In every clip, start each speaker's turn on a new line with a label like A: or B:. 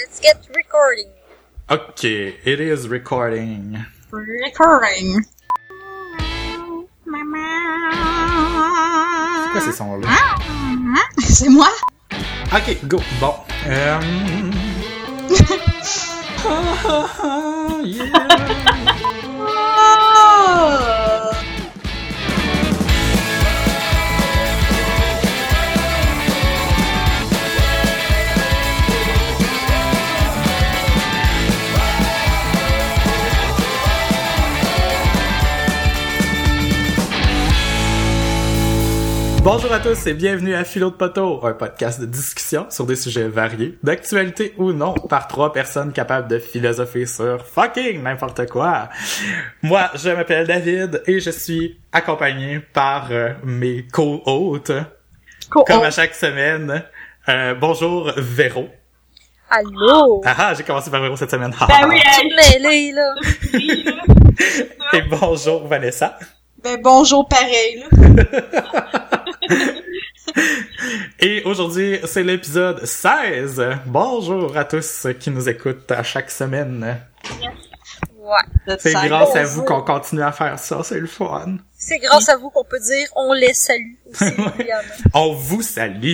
A: let's get recording.
B: Okay, it is recording.
C: Recording.
B: C'est quoi ces sons-là?
C: C'est moi?
B: Ok, go. Bon. Yeah. Bonjour à tous et bienvenue à Philo de Poteau, un podcast de discussion sur des sujets variés, d'actualité ou non, par trois personnes capables de philosopher sur fucking n'importe quoi. Moi, je m'appelle David et je suis accompagné par mes co-hôtes, comme à chaque semaine. Bonjour Véro.
A: Allô?
B: Ah, j'ai commencé par Véro cette semaine.
C: Ben oui,
A: Tu me mêlé, là.
B: Et bonjour Vanessa.
C: Ben bonjour pareil, là.
B: Et aujourd'hui, c'est l'épisode 16. Bonjour à tous qui nous écoutent à chaque semaine.
A: Ouais.
B: C'est grâce à vous qu'on continue à faire ça, c'est le fun.
A: C'est grâce à vous qu'on peut dire on les salue aussi, évidemment.
B: On vous salue.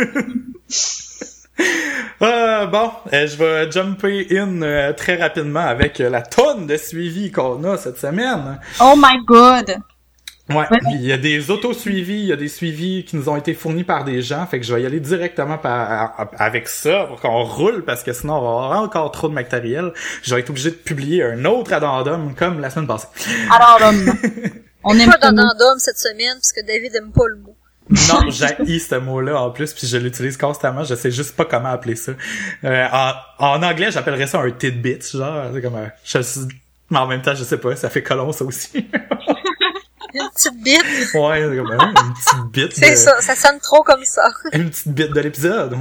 B: Je vais jumper in très rapidement avec la tonne de suivi qu'on a cette semaine.
C: Oh my god!
B: Ouais, il y a des auto-suivis, il y a des suivis qui nous ont été fournis par des gens, fait que je vais y aller directement avec ça pour qu'on roule, parce que sinon on va avoir encore trop de matériel. Je vais être obligé de publier un autre addendum comme la semaine passée.
C: Addendum. On aime
A: pas d'addendum cette semaine, parce que David aime pas le mot.
B: Non, j'haïs ce mot-là en plus, puis je l'utilise constamment, je sais juste pas comment appeler ça. En anglais, j'appellerais ça un tidbit, genre, c'est comme mais en même temps, je sais pas, ça fait colon ça aussi.
A: Une petite bite.
B: Ouais, c'est comme une petite bite.
A: C'est ça, ça sonne trop comme ça.
B: Une petite bite de l'épisode.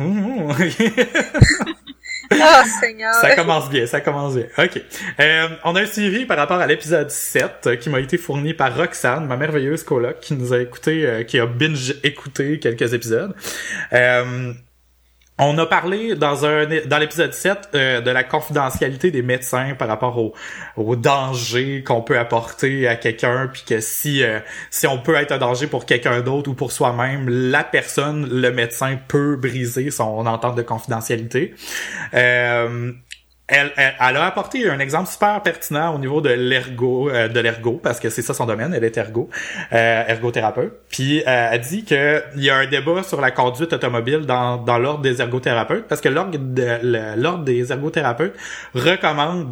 A: Ah, Seigneur.
B: Ça commence bien. OK. On a un suivi par rapport à l'épisode 7 qui m'a été fourni par Roxane, ma merveilleuse coloc, qui nous a écouté, qui a binge-écouté quelques épisodes. On a parlé dans l'épisode 7 de la confidentialité des médecins par rapport au danger qu'on peut apporter à quelqu'un, puis que si on peut être un danger pour quelqu'un d'autre ou pour soi-même, la personne, le médecin, peut briser son entente de confidentialité. Elle a apporté un exemple super pertinent au niveau de l'ergo, parce que c'est ça son domaine, elle est ergothérapeute. Puis elle dit que il y a un débat sur la conduite automobile dans l'ordre des ergothérapeutes, parce que l'ordre des ergothérapeutes recommande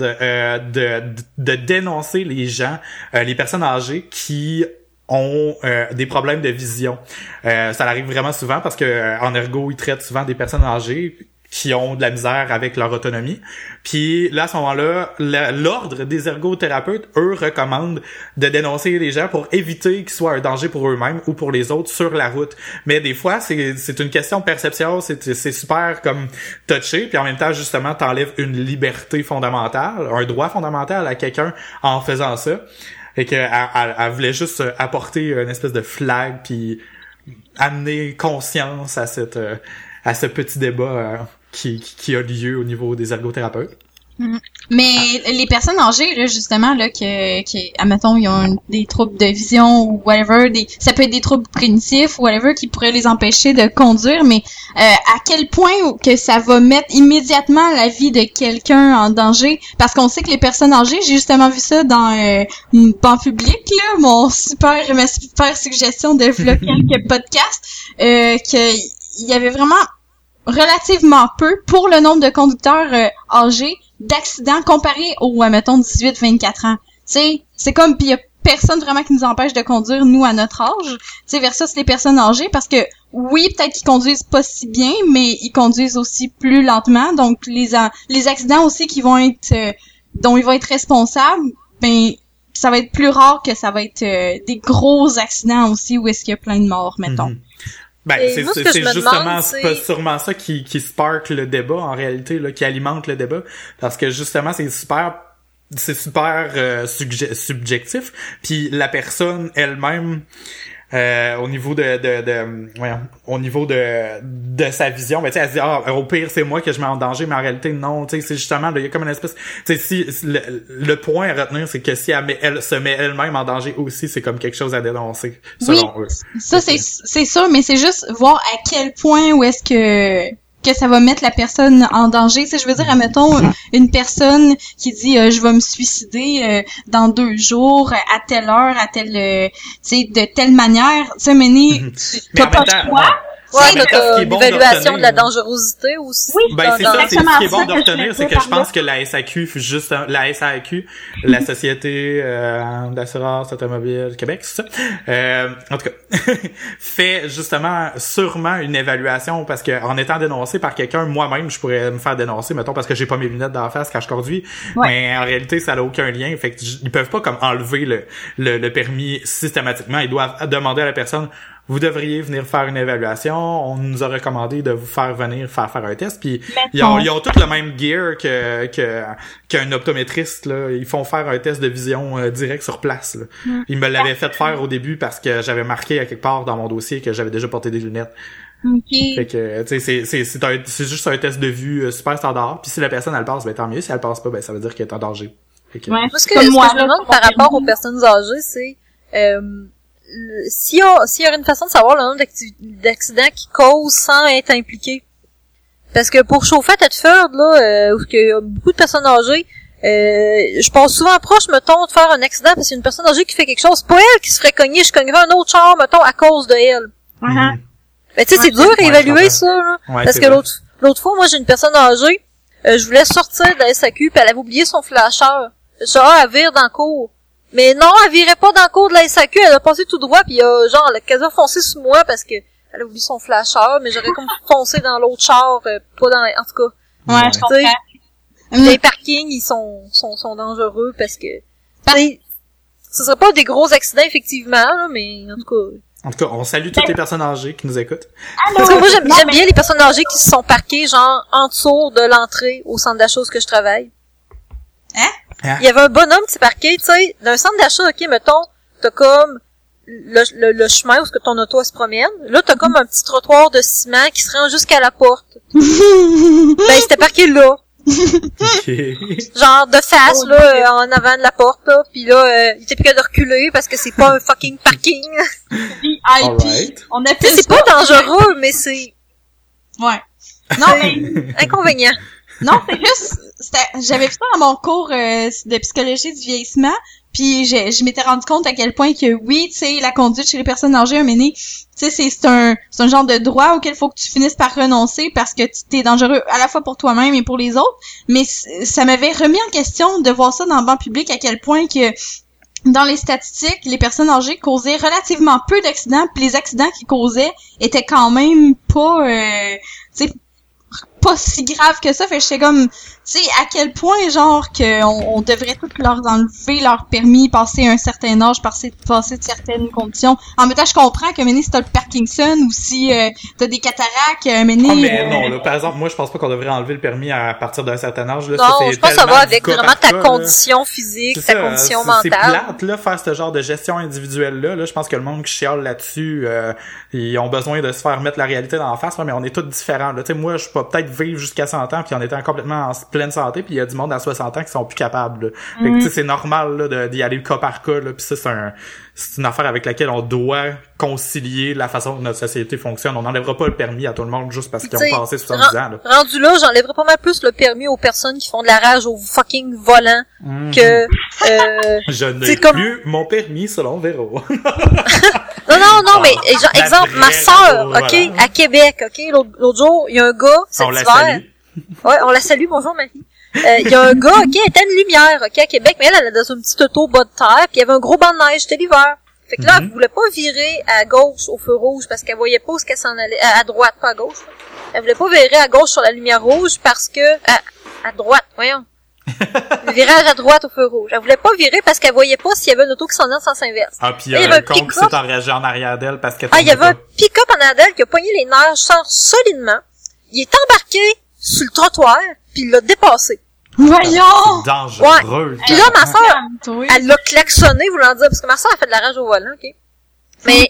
B: de dénoncer les gens, les personnes âgées qui ont des problèmes de vision. Ça arrive vraiment souvent parce que en ergo, ils traitent souvent des personnes âgées qui ont de la misère avec leur autonomie. Puis là, à ce moment-là, l'ordre des ergothérapeutes, eux, recommandent de dénoncer les gens pour éviter qu'ils soient un danger pour eux-mêmes ou pour les autres sur la route. Mais des fois, c'est une question de perception, c'est super comme touché, puis en même temps, justement, t'enlèves une liberté fondamentale, un droit fondamental à quelqu'un en faisant ça. Et qu'elle voulait juste apporter une espèce de flag, puis amener conscience à ce petit débat qui a lieu au niveau des ergothérapeutes.
C: Mais les personnes âgées, là, justement, là, admettons, ils ont des troubles de vision ou whatever, ça peut être des troubles cognitifs ou whatever qui pourraient les empêcher de conduire, mais à quel point que ça va mettre immédiatement la vie de quelqu'un en danger? Parce qu'on sait que les personnes âgées, j'ai justement vu ça dans public, là, ma super suggestion de quelques podcasts, qu'il y avait vraiment relativement peu pour le nombre de conducteurs âgés d'accidents comparé aux, mettons, 18-24 ans. Tu sais, c'est comme, pis y a personne vraiment qui nous empêche de conduire, nous, à notre âge. Tu sais, versus les personnes âgées, parce que, oui, peut-être qu'ils conduisent pas si bien, mais ils conduisent aussi plus lentement. Donc, les accidents aussi dont ils vont être responsables, ben, ça va être plus rare que ça va être des gros accidents aussi où est-ce qu'il y a plein de morts, mettons. Mm-hmm.
B: Ben, c'est justement sûrement ça qui spark le débat, en réalité, là, qui alimente le débat. Parce que, justement, c'est super subjectif. Puis la personne elle-même, au niveau au niveau de sa vision, ben tu sais, elle se dit au pire c'est moi que je mets en danger, mais en réalité non, tu sais, c'est justement il y a comme une espèce, tu sais, si le point à retenir, c'est que si elle se met elle-même en danger aussi, c'est comme quelque chose à dénoncer selon eux.
C: Ça c'est sûr, mais c'est juste voir à quel point où est-ce que ça va mettre la personne en danger. Tu sais, je veux dire, admettons, une personne qui dit je vais me suicider dans 2 jours, à telle heure, à telle tu sais, de telle manière, tu sais, t'as pas le choix.
A: Ouais, t'as l'évaluation de la dangerosité aussi.
C: Oui,
B: ben c'est ça, c'est ce qui est bon de retenir, c'est que je pense que la SAQ, juste la SAQ, la Société d'assurance automobile Québec, c'est ça. En tout cas, fait justement sûrement une évaluation parce que en étant dénoncé par quelqu'un, moi-même, je pourrais me faire dénoncer, mettons, parce que j'ai pas mes lunettes d'en face quand je conduis. Ouais. Mais en réalité, ça n'a aucun lien. Fait que ils peuvent pas comme enlever le permis systématiquement. Ils doivent demander à la personne: vous devriez venir faire une évaluation. On nous a recommandé de vous faire venir faire un test. Puis ils ont tout le même gear qu'un optométriste, là. Ils font faire un test de vision direct sur place, là. Ils me l'avaient fait faire au début parce que j'avais marqué à quelque part dans mon dossier que j'avais déjà porté des lunettes.
C: Okay.
B: Fait que tu sais c'est juste un test de vue super standard. Puis si la personne elle passe, ben tant mieux. Si elle passe pas, ben ça veut dire qu'elle est en danger.
A: Ce que je me demande par rapport aux personnes âgées, c'est s'il y aurait une façon de savoir le nombre d'accidents qui causent sans être impliqués. Parce que pour chauffer à Thetford, là, où il y a beaucoup de personnes âgées, je passe souvent proche, mettons, de faire un accident parce qu'il y a une personne âgée qui fait quelque chose. C'est pas elle qui se ferait cogner, je cognerais un autre char, mettons, à cause de elle. Ben, tu sais, c'est dur à évaluer ça, là. Parce que l'autre fois, moi, j'ai une personne âgée, je voulais sortir de la SAQ, puis elle avait oublié son flasheur. Elle vire dans le cours. Mais non, elle virait pas dans le cours de la SAQ, elle a passé tout droit, puis elle a quasiment foncé sur moi parce que elle a oublié son flasheur, mais j'aurais comme foncé dans l'autre char, pas dans en tout cas.
C: Ouais, je comprends.
A: Les parkings, ils sont dangereux parce que ce serait pas des gros accidents effectivement, là, mais en tout cas.
B: En tout cas, on salue toutes les personnes âgées qui nous écoutent.
A: Parce que moi, j'aime bien les personnes âgées qui se sont parquées, genre, en dessous de l'entrée au centre d'achat où je travaille. Il y avait un bonhomme qui s'est parqué, tu sais, d'un centre d'achat, ok, mettons, t'as comme le chemin où ton auto se promène. Là, t'as comme un petit trottoir de ciment qui se rend jusqu'à la porte. Ben, il s'était parqué là.
B: Okay.
A: Genre de face, là, en avant de la porte, là. Pis là, il était plus qu'à de reculer parce que c'est pas un fucking parking.
B: Right.
C: On a
A: c'est pas dangereux, mais c'est...
C: Ouais. Non, mais...
A: inconvénient.
C: Non, c'est juste... J'avais vu ça dans mon cours de psychologie du vieillissement, puis je m'étais rendu compte à quel point que oui, tu sais, la conduite chez les personnes âgées, tu sais, c'est un genre de droit auquel il faut que tu finisses par renoncer parce que t'es dangereux à la fois pour toi-même et pour les autres, mais ça m'avait remis en question de voir ça dans le banc public à quel point que dans les statistiques, les personnes âgées causaient relativement peu d'accidents, puis les accidents qu'ils causaient étaient quand même pas, tu sais, pas si grave que ça. Fait que j'étais comme, tu sais, à quel point, genre, on devrait tous leur enlever leur permis, passer un certain âge, passer de certaines conditions. En même temps, je comprends que, si t'as le Parkinson ou si t'as des cataractes,
B: mais non, là, par exemple, moi, je pense pas qu'on devrait enlever le permis à partir d'un certain âge, là.
A: Non, je pense que ça va avec vraiment ta condition physique, ta condition mentale.
B: C'est plate, là, faire ce genre de gestion individuelle-là, là. Je pense que le monde qui chiale là-dessus, ils ont besoin de se faire mettre la réalité dans la face, là, mais on est tous différents, là. Tu sais, moi, je peux peut-être vivre jusqu'à 100 ans puis en étant complètement en pleine santé, puis il y a du monde à 60 ans qui sont plus capables, là. Fait que, tu sais, c'est normal, là, d'y aller cas par cas, là, puis ça, c'est une affaire avec laquelle on doit concilier la façon dont notre société fonctionne. On n'enlèvera pas le permis à tout le monde juste parce qu'ils ont passé 70 ans, là.
A: Rendu là, j'enlèverais pas mal plus le permis aux personnes qui font de la rage au fucking volant que,
B: je n'ai plus mon permis selon Véro.
A: Non, mais exemple, ma sœur, ok, à Québec, ok, l'autre jour, il y a un gars, cet hiver. Ouais, on la salue, bonjour Marie. Il y a un gars, ok, elle était une lumière, ok, à Québec, mais elle dans une petite auto bas de terre, puis il y avait un gros banc de neige, c'était l'hiver. Fait que là, elle voulait pas virer à gauche au feu rouge parce qu'elle voyait pas où qu'elle s'en allait, à droite, pas à gauche. Elle voulait pas virer à gauche sur la lumière rouge parce que, à droite, voyons. Le virage à droite au feu rouge. Elle voulait pas virer parce qu'elle voyait pas s'il y avait une auto qui s'en allait en sens inverse.
B: Ah, puis il y a un con qui s'est enragé en arrière d'elle parce qu'elle
A: il y avait un pick-up en arrière d'elle qui a pogné les nerfs solidement. Il est embarqué sur le trottoir puis il l'a dépassé.
C: Voyons!
B: C'est dangereux.
A: Ouais. Puis là, ma sœur, elle l'a klaxonné, voulant dire, parce que ma sœur a fait de la rage au volant, ok? Mais,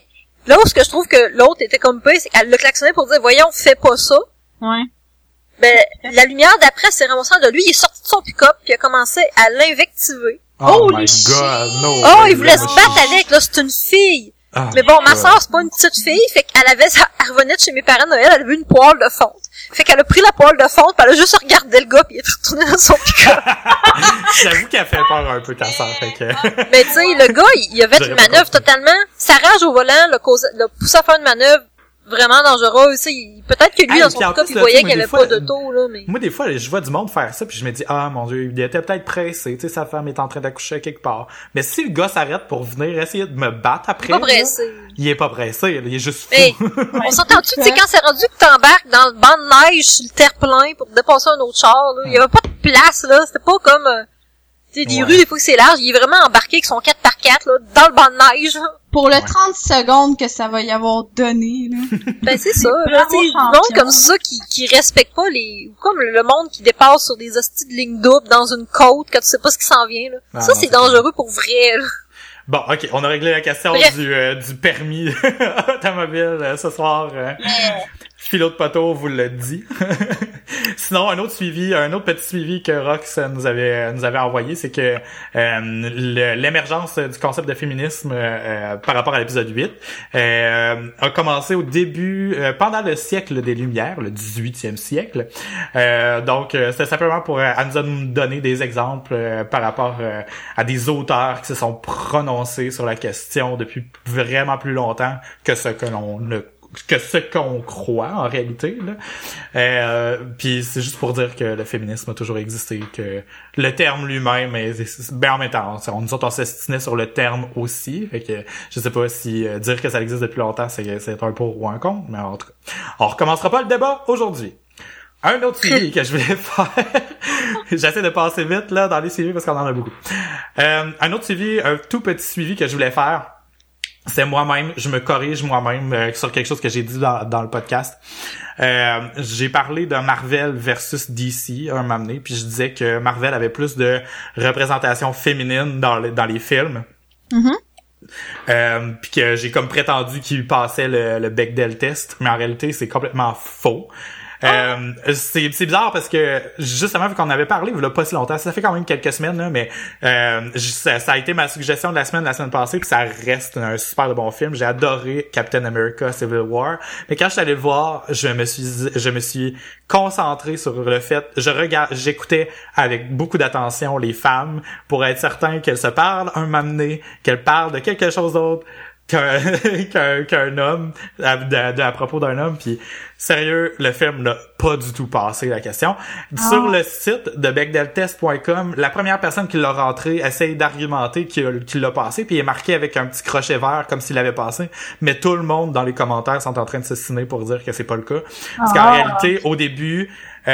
A: Là où ce que je trouve que l'autre était comme peu, c'est qu'elle le klaxonnait pour dire, voyons, fais pas ça.
C: Ouais.
A: Ben, la lumière d'après s'est ramassée de lui, il est sorti de son pick-up, puis il a commensé à l'invectiver.
B: Oh my god, no.
A: Oh, il voulait se battre avec, là, c'est une fille.
B: Oh
A: mais bon, ma soeur, c'est pas une petite fille, fait qu'elle elle revenait de chez mes parents de Noël, elle avait une poêle de fonte. Fait qu'elle a pris la poêle de fonte, pis elle a juste regardé le gars, pis il est retourné dans son pick-up.
B: J'avoue qu'elle fait peur un peu ta soeur, fait que...
A: Mais tu sais, le gars, il avait une manœuvre totalement, sa rage au volant l'a poussé à faire une manœuvre vraiment dangereuse, tu sais, peut-être que lui, dans son pick-up, il voyait qu'il y avait pas d'auto, là, mais...
B: Moi, des fois, je vois du monde faire ça, puis je me dis, ah, mon Dieu, il était peut-être pressé, tu sais, sa femme est en train d'accoucher quelque part. Mais si le gars s'arrête pour venir essayer de me battre après,
A: il est pas pressé.
B: Il est pas pressé, il est juste fou.
A: Mais, on s'entend-tu, tu sais, quand c'est rendu que t'embarques dans le banc de neige sur le terre-plein pour dépasser un autre char, là, il y avait pas de place, là, c'était pas comme, tu sais, des rues, des fois que c'est large, il est vraiment embarqué avec son 4x4, là, dans le banc de neige, là.
C: Pour le 30 secondes que ça va y avoir donné, là.
A: Ben, c'est ça, là, tu sais, du monde comme ça qui respecte pas ou comme le monde qui dépasse sur des hosties de ligne double dans une côte quand tu sais pas ce qui s'en vient, là.
B: Ah,
A: ça,
B: non,
A: c'est dangereux pour vrai, là.
B: Bon, ok, on a réglé la question du permis automobile ce soir. Philo de poteau vous l'a dit. Sinon, un autre petit suivi que Rox nous avait envoyé, c'est que l'émergence du concept de féminisme par rapport à l'épisode 8 a commencé au début, pendant le siècle des Lumières, le 18e siècle. Donc, c'est simplement pour elle nous a donné des exemples par rapport à des auteurs qui se sont prononcés sur la question depuis vraiment plus longtemps que ce qu'on croit en réalité là. Puis c'est juste pour dire que le féminisme a toujours existé, que le terme lui-même en même temps on s'estinait sur le terme aussi, fait que je sais pas si dire que ça existe depuis longtemps c'est un pour ou un contre, mais en tout cas on recommencera pas le débat aujourd'hui. Un autre suivi que je voulais faire, j'essaie de passer vite là dans les suivis parce qu'on en a beaucoup. Un autre suivi, un tout petit suivi que je voulais faire, c'est moi-même, je me corrige moi-même sur quelque chose que j'ai dit dans le podcast. J'ai parlé de Marvel versus DC un moment donné, puis je disais que Marvel avait plus de représentation féminine dans les films. Puis que j'ai comme prétendu qu'il passait le Bechdel test, mais en réalité c'est complètement faux. C'est bizarre parce que justement vu qu'on avait parlé il y a pas si longtemps, ça fait quand même quelques semaines là, mais ça a été ma suggestion de la semaine passée, puis ça reste un super de bon film. J'ai adoré Captain America Civil War, mais quand je suis allé le voir, je me suis concentré sur le fait, j'écoutais avec beaucoup d'attention les femmes pour être certain qu'elles se parlent un moment donné, qu'elles parlent de quelque chose d'autre qu'un homme à propos d'un homme. Puis sérieux, le film n'a pas du tout passé la question. Sur le site de bechdelltest.com, la première personne qui l'a rentré essaye d'argumenter qu'il l'a passé, puis il est marqué avec un petit crochet vert comme s'il l'avait passé, mais tout le monde dans les commentaires sont en train de s'assiner pour dire que c'est pas le cas, parce qu'en réalité au début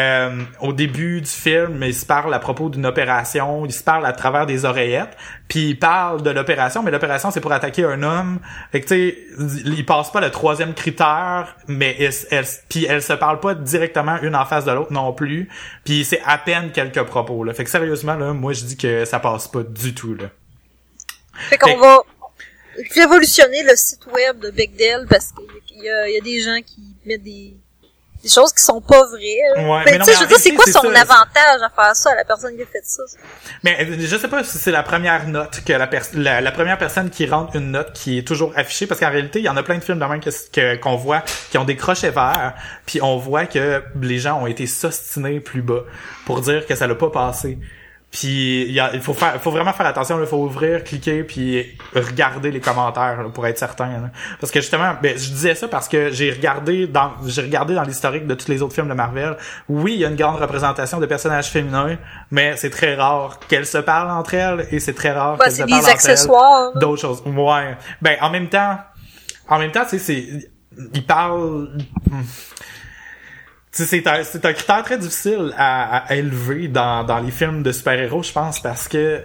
B: du film, il se parle à propos d'une opération, il se parle à travers des oreillettes, puis il parle de l'opération, mais l'opération c'est pour attaquer un homme. Fait que tu sais, il passe pas le troisième critère, mais elle se parle pas directement une en face de l'autre non plus. Puis c'est à peine quelques propos là. Fait que sérieusement là, moi je dis que ça passe pas du tout là.
A: Fait qu'on va révolutionner le site web de Bechdel parce qu'il y a des gens qui mettent des choses qui sont pas vraies.
B: Ouais,
A: mais tu sais, je veux dire, c'est quoi son avantage à faire ça, à la personne qui a fait ça?
B: Mais je sais pas si c'est la première note que la première personne qui rentre une note qui est toujours affichée, parce qu'en réalité, il y en a plein de films de même qu'on voit qui ont des crochets verts, puis on voit que les gens ont été s'ostiner plus bas pour dire que ça l'a pas passé. Puis il faut vraiment faire attention, il faut ouvrir, cliquer puis regarder les commentaires là, pour être certain là. Parce que justement je disais ça parce que j'ai regardé dans l'historique de tous les autres films de Marvel. Oui, il y a une grande représentation de personnages féminins, mais c'est très rare qu'elles se parlent entre elles et c'est très rare qu'elles se parlent entre
A: accessoires,
B: elles d'autres choses. Ouais. En même temps, tu sais ils parlent. C'est un critère très difficile à élever dans les films de super-héros, je pense, parce que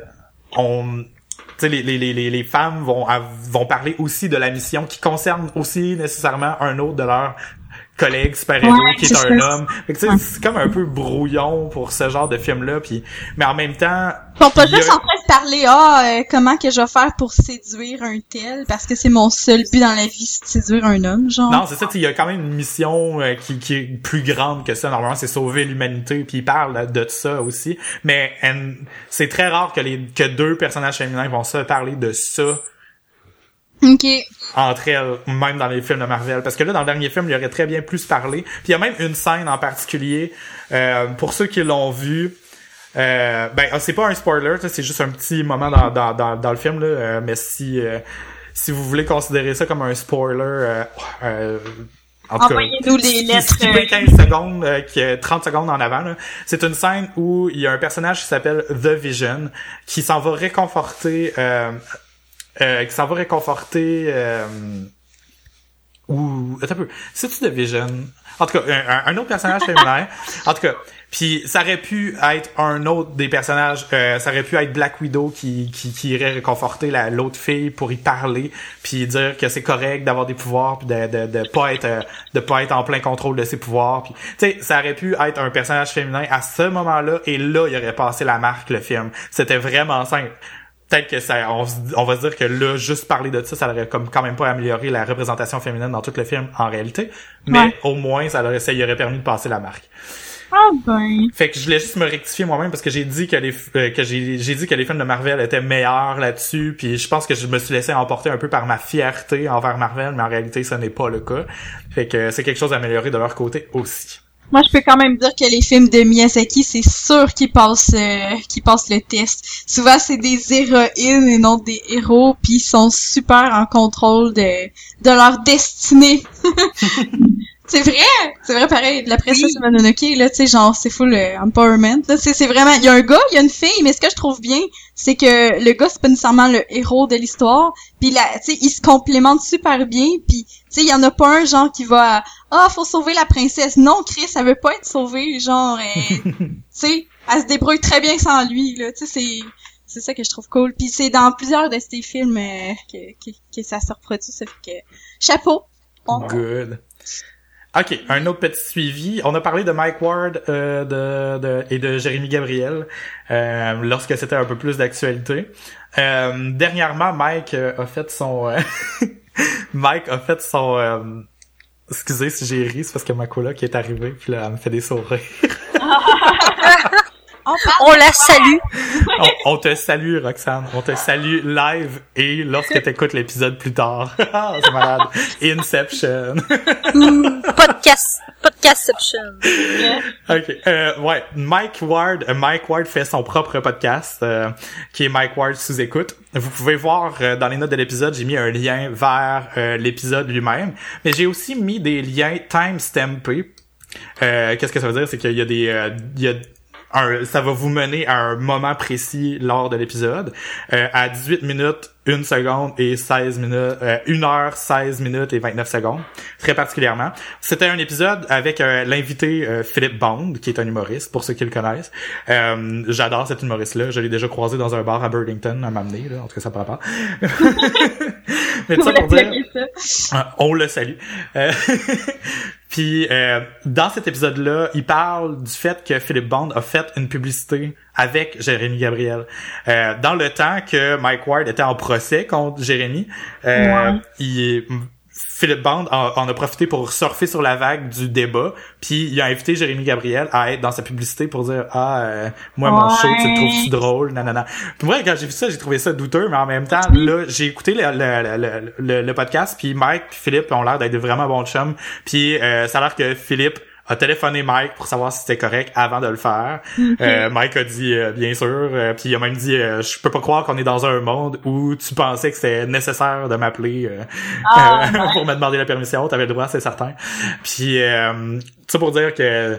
B: les femmes vont parler aussi de la mission qui concerne aussi nécessairement un autre de leurs collègue super-héros qui est un homme. Fait que tu sais, c'est comme un peu brouillon pour ce genre de film-là, puis mais en même temps...
C: Ils sont pas juste en train de parler, comment que je vais faire pour séduire un tel, parce que c'est mon seul but dans la vie, c'est de séduire un homme, genre.
B: Non, c'est ça, il y a quand même une mission qui est plus grande que ça. Normalement, c'est sauver l'humanité, puis ils parlent de ça aussi. Mais c'est très rare que deux personnages féminins vont se parler de ça.
C: OK.
B: Entre elles, même dans les films de Marvel. Parce que là, dans le dernier film, il y aurait très bien plus parlé. Puis il y a même une scène en particulier, pour ceux qui l'ont vu, c'est pas un spoiler, c'est juste un petit moment dans le film, là, mais si vous voulez considérer ça comme un spoiler, en tout cas,
C: envoyez-nous les lettres.
B: 15 secondes, 30 secondes en avant, là. C'est une scène où il y a un personnage qui s'appelle The Vision, qui s'en va réconforter, ou attends un peu, c'est-tu The Vision? En tout cas, un autre personnage féminin. En tout cas, puis ça aurait pu être un autre des personnages, ça aurait pu être Black Widow qui irait réconforter l'autre fille pour y parler, puis dire que c'est correct d'avoir des pouvoirs, puis de pas être en plein contrôle de ses pouvoirs, puis tu sais, ça aurait pu être un personnage féminin à ce moment-là, et là il aurait passé la marque, le film. C'était vraiment simple. Peut-être que on va se dire que là, juste parler de ça aurait comme quand même pas amélioré la représentation féminine dans tout le film en réalité, mais au moins ça y aurait permis de passer la marque.
C: Ah ben.
B: Fait que je voulais juste me rectifier moi-même parce que j'ai dit que j'ai dit que les films de Marvel étaient meilleurs là-dessus, puis je pense que je me suis laissé emporter un peu par ma fierté envers Marvel, mais en réalité ce n'est pas le cas. Fait que c'est quelque chose à améliorer de leur côté aussi.
C: Moi, je peux quand même dire que les films de Miyazaki, c'est sûr qu'ils passent le test. Souvent, c'est des héroïnes et non des héros, puis ils sont super en contrôle de leur destinée. C'est vrai pareil, de la princesse Mononoke, là, tu sais, genre, c'est full empowerment, là, c'est vraiment, il y a un gars, il y a une fille, mais ce que je trouve bien, c'est que le gars, c'est pas nécessairement le héros de l'histoire, puis là, tu sais, ils se complémentent super bien, puis tu sais, il y en a pas un, genre, qui va, faut sauver la princesse. Non, Chris, elle veut pas être sauvée, genre, tu sais, elle se débrouille très bien sans lui, là, tu sais, c'est ça que je trouve cool, puis c'est dans plusieurs de ces films que ça se reproduit, ça fait que, chapeau.
B: Good. OK, un autre petit suivi. On a parlé de Mike Ward et de Jérémy Gabriel lorsque c'était un peu plus d'actualité. Dernièrement, Mike a fait son excusez si j'ai ri, c'est parce que ma coloc est arrivée puis là elle me fait des sourires.
A: On la salue.
B: On te salue, Roxane. On te salue live et lorsque t'écoutes l'épisode plus tard. C'est malade. Inception.
A: Podcastception.
B: OK. Ouais. Mike Ward fait son propre podcast, qui est Mike Ward sous écoute. Vous pouvez voir dans les notes de l'épisode, j'ai mis un lien vers l'épisode lui-même. Mais j'ai aussi mis des liens time-stampés. Qu'est-ce que ça veut dire? C'est qu'il y a ça va vous mener à un moment précis lors de l'épisode, à 18 minutes, 1 seconde et 16 minutes, 1 heure, 16 minutes et 29 secondes, très particulièrement. C'était un épisode avec l'invité Philippe Bond, qui est un humoriste, pour ceux qui le connaissent. J'adore cet humoriste-là, je l'ai déjà croisé dans un bar à Burlington, à m'amener, là, en tout cas ça me rappelle. Mais tout ça pour dire, on le salue. Puis dans cet épisode-là, il parle du fait que Philippe Bond a fait une publicité avec Jérémy Gabriel. Dans le temps que Mike Ward était en procès contre Jérémy, Philippe Bond en a profité pour surfer sur la vague du débat, puis il a invité Jérémy Gabriel à être dans sa publicité pour dire moi mon show tu le trouves-tu drôle, nanana. Puis moi quand j'ai vu ça, j'ai trouvé ça douteux, mais en même temps là j'ai écouté le podcast, puis Mike puis Philippe ont l'air d'être vraiment bons chums, puis ça a l'air que Philippe a téléphoné Mike pour savoir si c'était correct avant de le faire. Mike a dit bien sûr, puis il a même dit je peux pas croire qu'on est dans un monde où tu pensais que c'était nécessaire de m'appeler pour me demander la permission, t'avais le droit, c'est certain. Puis ça pour dire que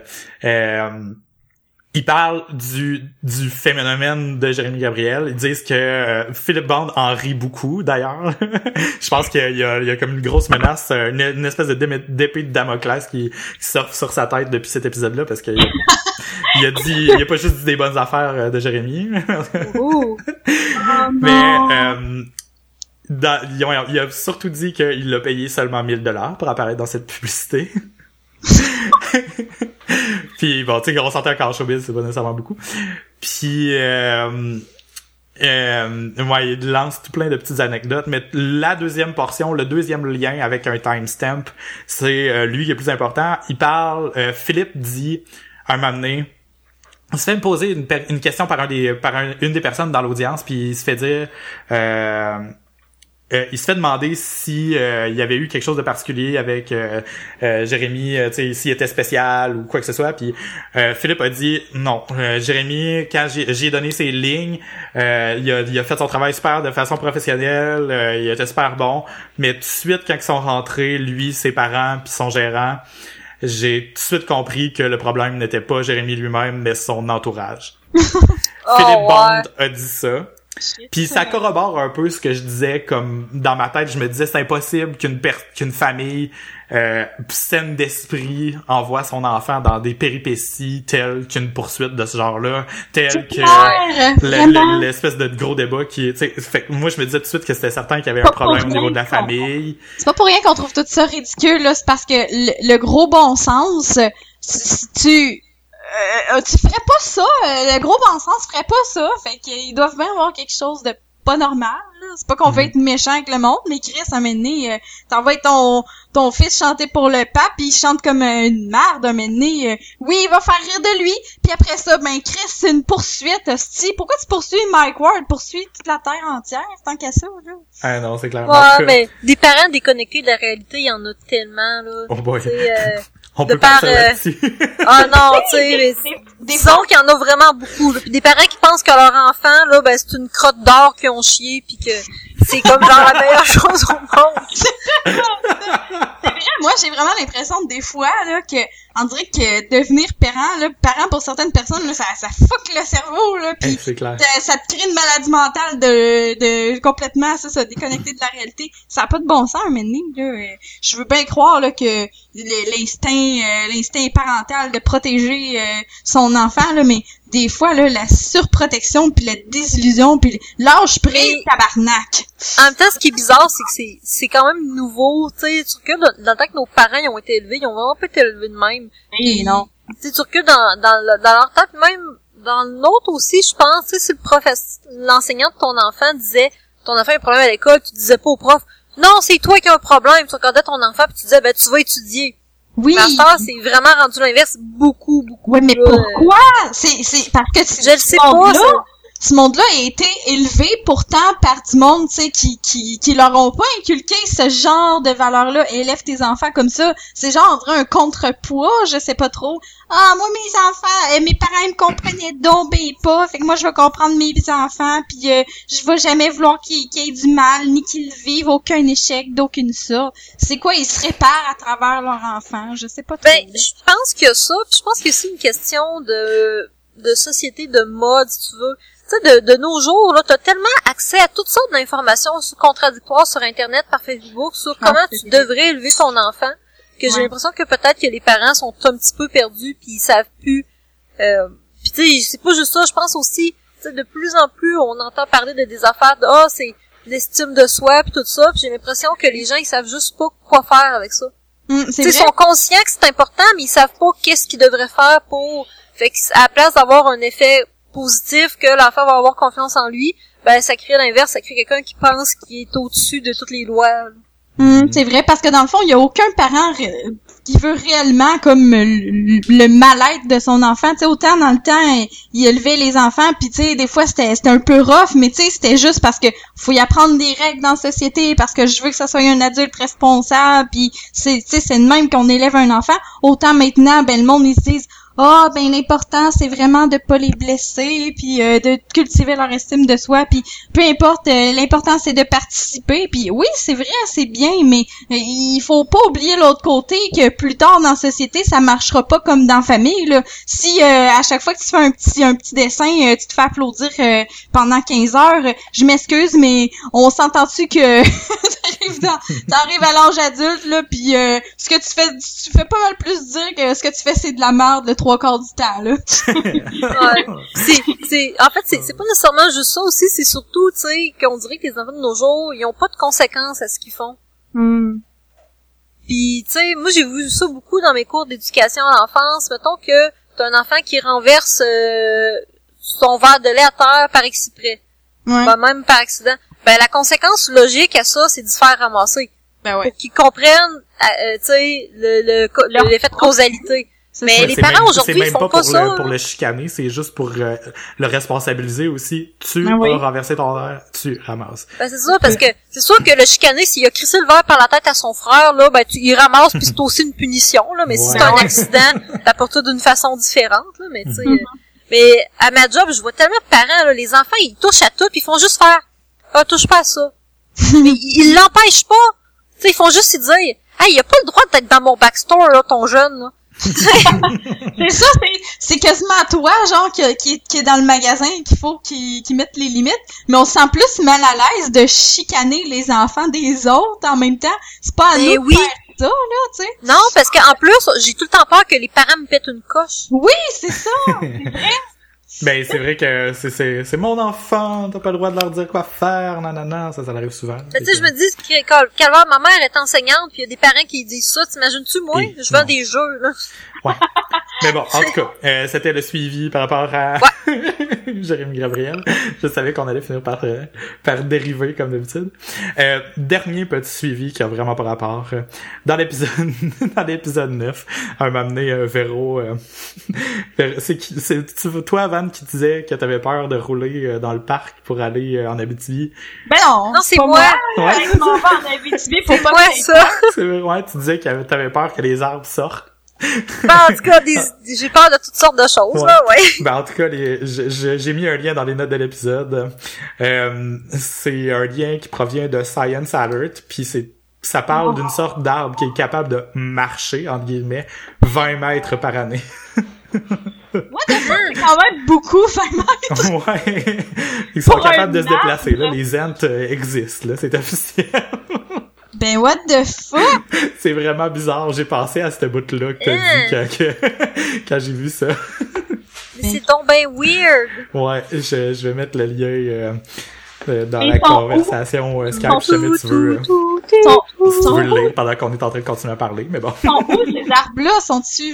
B: ils parlent du phénomène de Jérémy Gabriel. Ils disent que Philippe Bond en rit beaucoup, d'ailleurs. Je pense qu'il y a comme une grosse menace, une espèce d'épée de Damoclès qui surfe sur sa tête depuis cet épisode-là, parce qu'il il a pas juste dit des bonnes affaires de Jérémy. Mais il a surtout dit qu'il a payé seulement $1000 pour apparaître dans cette publicité. Puis bon, tu sais, on sentait encore showbiz, c'est pas nécessairement beaucoup. Puis ouais, il lance tout plein de petites anecdotes, mais la deuxième portion, le deuxième lien avec un timestamp, c'est lui qui est plus important. Il parle, Philippe dit un moment donné, il se fait me poser une question par une des personnes dans l'audience, puis il se fait dire il se fait demander si il y avait eu quelque chose de particulier avec Jérémy, tu sais, s'il était spécial ou quoi que ce soit. Puis Philippe a dit non. Jérémy, quand j'ai donné ses lignes, il a fait son travail super de façon professionnelle. Il était super bon. Mais tout de suite, quand ils sont rentrés, lui, ses parents, puis son gérant, j'ai tout de suite compris que le problème n'était pas Jérémy lui-même, mais son entourage. Philippe Bond a dit ça. Puis ça corrobore un peu ce que je disais, comme dans ma tête, je me disais c'est impossible qu'une famille saine d'esprit envoie son enfant dans des péripéties telles qu'une poursuite de ce genre-là, telles que l'espèce de gros débat qui est, tu sais, fait que moi je me disais tout de suite que c'était certain qu'il y avait un problème au niveau de la famille.
C: C'est pas pour rien qu'on trouve tout ça ridicule, là, c'est parce que le gros bon sens, si tu ferais pas ça, le gros bon sens ferait pas ça, fait qu'ils doivent bien avoir quelque chose de pas normal, là. C'est pas qu'on veut être méchant avec le monde, mais Chris, à un moment donné, t'envoies ton fils chanter pour le pape, pis il chante comme une merde, à un moment donné, oui, il va faire rire de lui, puis après ça, ben Chris, c'est une poursuite, hostie. Pourquoi tu poursuis Mike Ward? Poursuis toute la terre entière, tant qu'à ça, là.
B: Ah non, c'est clair.
A: Ouais, mais des parents déconnectés de la réalité, il y en a tellement, là.
B: Oh boy. On
A: de
B: peut partir là-dessus.
A: Ah non, tu sais, disons qu'il y en a vraiment beaucoup. Là. Puis des parents qui pensent que leur enfant, là, ben c'est une crotte d'or qu'ils ont chié, puis que c'est comme genre la meilleure chose au monde.
C: C'est vrai, moi j'ai vraiment l'impression des fois là que on dirait que devenir parent pour certaines personnes là, ça fuck le cerveau là, puis
B: c'est clair.
C: Ça te crée une maladie mentale de complètement ça déconnecter de la réalité. Ça a pas de bon sens un moment donné, là. Je veux bien croire là que l'instinct parental de protéger son enfant là, mais des fois là la surprotection puis la désillusion puis l'âge pris tabarnak.
A: En même temps, ce qui est bizarre, c'est que c'est quand même nouveau, tu sais, tu recules dans le temps que nos parents ils ont été élevés, ils ont vraiment pas été élevés de même.
C: Et non.
A: Tu sais, tu recules dans leur temps, puis même dans le nôtre aussi, je pense, tu sais, si l'enseignant de ton enfant disait ton enfant a un problème à l'école, tu disais pas au prof non, c'est toi qui as un problème, tu regardais ton enfant puis tu disais ben tu vas étudier.
C: Oui.
A: Master, c'est vraiment rendu l'inverse beaucoup.
C: Ouais, mais pourquoi? C'est parce que
A: je le sais pas, ça.
C: Ce monde-là a été élevé pourtant par du monde, tu sais, qui leur ont pas inculqué ce genre de valeurs-là. Élève tes enfants comme ça. C'est genre, on dirait un contrepoids, je sais pas trop. Ah, moi, mes enfants, mes parents, ils me comprenaient donc ben pas. Fait que moi, je vais comprendre mes enfants, puis je vais jamais vouloir qu'ils aient du mal, ni qu'ils vivent aucun échec d'aucune sorte. C'est quoi, ils se réparent à travers leur enfant? Je sais pas trop.
A: Ben, je pense qu'il y a ça, puis je pense que c'est une question de société, de mode, si tu veux. Tu sais, de nos jours, là, t'as tellement accès à toutes sortes d'informations contradictoires sur Internet, par Facebook, sur comment tu devrais élever ton enfant, que j'ai l'impression que peut-être que les parents sont un petit peu perdus, puis ils savent plus. Puis tu sais, c'est pas juste ça, je pense aussi, tu sais, de plus en plus, on entend parler de des affaires de c'est l'estime de soi, puis tout ça, puis j'ai l'impression que les gens, ils savent juste pas quoi faire avec ça.
C: Tu sais,
A: ils sont conscients que c'est important, mais ils savent pas qu'est-ce qu'ils devraient faire pour... Fait que, à la place d'avoir un effet positif que l'enfant va avoir confiance en lui, ben ça crée l'inverse, ça crée quelqu'un qui pense qu'il est au-dessus de toutes les lois.
C: C'est vrai, parce que dans le fond, il y a aucun parent qui veut réellement comme le mal-être de son enfant. Tu sais, autant dans le temps, il élevait les enfants, puis tu sais, des fois c'était un peu rough, mais tu sais, c'était juste parce que faut y apprendre des règles dans la société, parce que je veux que ça soit un adulte responsable, puis c'est de même qu'on élève un enfant. Autant maintenant, ben le monde ils se disent ben l'important c'est vraiment de pas les blesser, puis de cultiver leur estime de soi, puis peu importe, l'important c'est de participer. Puis oui, c'est vrai, c'est bien, mais il faut pas oublier l'autre côté que plus tard dans la société, ça marchera pas comme dans la famille là. Si à chaque fois que tu fais un petit dessin, tu te fais applaudir pendant 15 heures, je m'excuse, mais on s'entend-tu que t'arrives à l'âge adulte là, puis ce que tu fais pas mal plus dire que ce que tu fais c'est de la merde le 3/4 du temps là.
A: Ouais. En fait c'est pas nécessairement juste ça aussi, c'est surtout tu sais qu'on dirait que les enfants de nos jours ils ont pas de conséquences à ce qu'ils font. Puis, tu sais, moi, j'ai vu ça beaucoup dans mes cours d'éducation à l'enfance. Mettons que t'as un enfant qui renverse son verre de lait à terre par exprès.
C: Ouais.
A: Ben, même par accident. Ben, la conséquence logique à ça, c'est de se faire ramasser.
C: Ben ouais.
A: Pour qu'ils comprennent, tu sais, l'effet de causalité. Mais
B: Ouais,
A: les parents aujourd'hui, ils font pas ça.
B: Pour le chicaner, c'est juste pour le responsabiliser aussi. Tu
C: Ah oui.
B: as renversé ton verre, tu ramasses.
A: Ben, c'est ça, parce que c'est sûr que le chicaner, s'il a crissé le verre par la tête à son frère, là, ben, il ramasse, puis c'est aussi une punition, là. Mais si c'est un accident, t'apportes ça d'une façon différente, là. Mais, tu sais, mais à ma job, je vois tellement de parents, là, les enfants, ils touchent à tout, puis ils font juste faire, touche pas à ça. Mais ils l'empêchent pas. Tu sais, ils font juste se dire, hey, il a pas le droit d'être dans mon backstore, là, ton jeune, là.
C: C'est ça, c'est quasiment à toi, genre, qui est dans le magasin, qu'il faut qu'il mette les limites. Mais on se sent plus mal à l'aise de chicaner les enfants des autres en même temps. C'est pas à nous de faire ça, là, tu sais.
A: Non, parce qu'en plus, j'ai tout le temps peur que les parents me pètent une coche.
C: Oui, c'est ça, c'est vrai.
B: Ben, c'est vrai que c'est mon enfant, t'as pas le droit de leur dire quoi faire, nanana, ça arrive souvent.
A: Mais tu sais, je me dis, Calvaire, ma mère est enseignante, puis il y a des parents qui disent ça, t'imagines-tu, moi? Je vends des jeux, là.
B: Ouais. Mais bon, en tout cas, c'était le suivi par rapport à Jérémy Gabriel. Je savais qu'on allait finir par dériver, comme d'habitude. Dernier petit suivi qui a vraiment pas rapport. Dans l'épisode 9, un m'a amené Véro, c'est toi, Van, qui disais que t'avais peur de rouler dans le parc pour aller en Abitibi.
C: Ben non,
A: c'est moi.
B: Ouais.
C: Avec mon père en Abitibi, faut pas
A: quoi, ça?
B: C'est vrai, ouais, tu disais que t'avais peur que les arbres sortent.
A: Ben, en tout cas, j'ai peur de toutes sortes de choses, là, ouais.
B: Ben, en tout cas, j'ai mis un lien dans les notes de l'épisode. C'est un lien qui provient de Science Alert, puis ça parle d'une sorte d'arbre qui est capable de marcher, entre guillemets, 20 mètres par année.
C: What the fuck, c'est quand même beaucoup, 20 mètres.
B: Ouais. Ils sont capables de se déplacer, là. Les ents existent, là. C'est officiel.
C: Ben, what the fuck?
B: C'est vraiment bizarre. J'ai pensé à cette bout-là que t'as dit quand j'ai vu ça.
A: Mais c'est donc ben weird.
B: Ouais, je vais mettre le lien dans la conversation Skype, si jamais tu veux. Si tu veux le lire pendant qu'on est en train de continuer à parler, mais bon.
C: Sont où ces arbres-là? Sont-tu...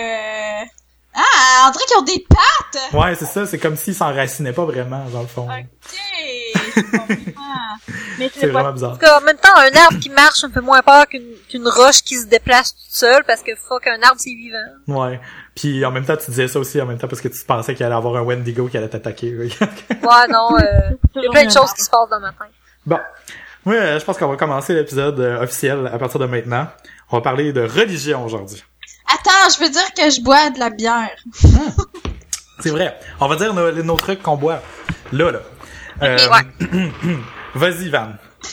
C: Ah, on dirait qu'ils ont des pattes!
B: Ouais, c'est ça. C'est comme s'ils s'enracinaient pas vraiment, dans le fond.
C: Ok, je comprends. Mais
B: c'est vraiment bizarre.
A: En tout cas, en même temps, un arbre qui marche me fait moins peur qu'une roche qui se déplace toute seule, parce que fuck, un arbre, c'est vivant.
B: Ouais. Puis en même temps, tu disais ça aussi en même temps parce que tu pensais qu'il allait avoir un Wendigo qui allait t'attaquer.
A: Ouais, non, il y a plein de choses qui se passent dans ma tête.
B: Bon. Moi, je pense qu'on va commencer l'épisode officiel à partir de maintenant. On va parler de religion aujourd'hui.
C: Attends, je veux dire que je bois de la bière.
B: C'est vrai. On va dire nos trucs qu'on boit. Là.
A: Ok, ouais.
B: Vas-y, Van.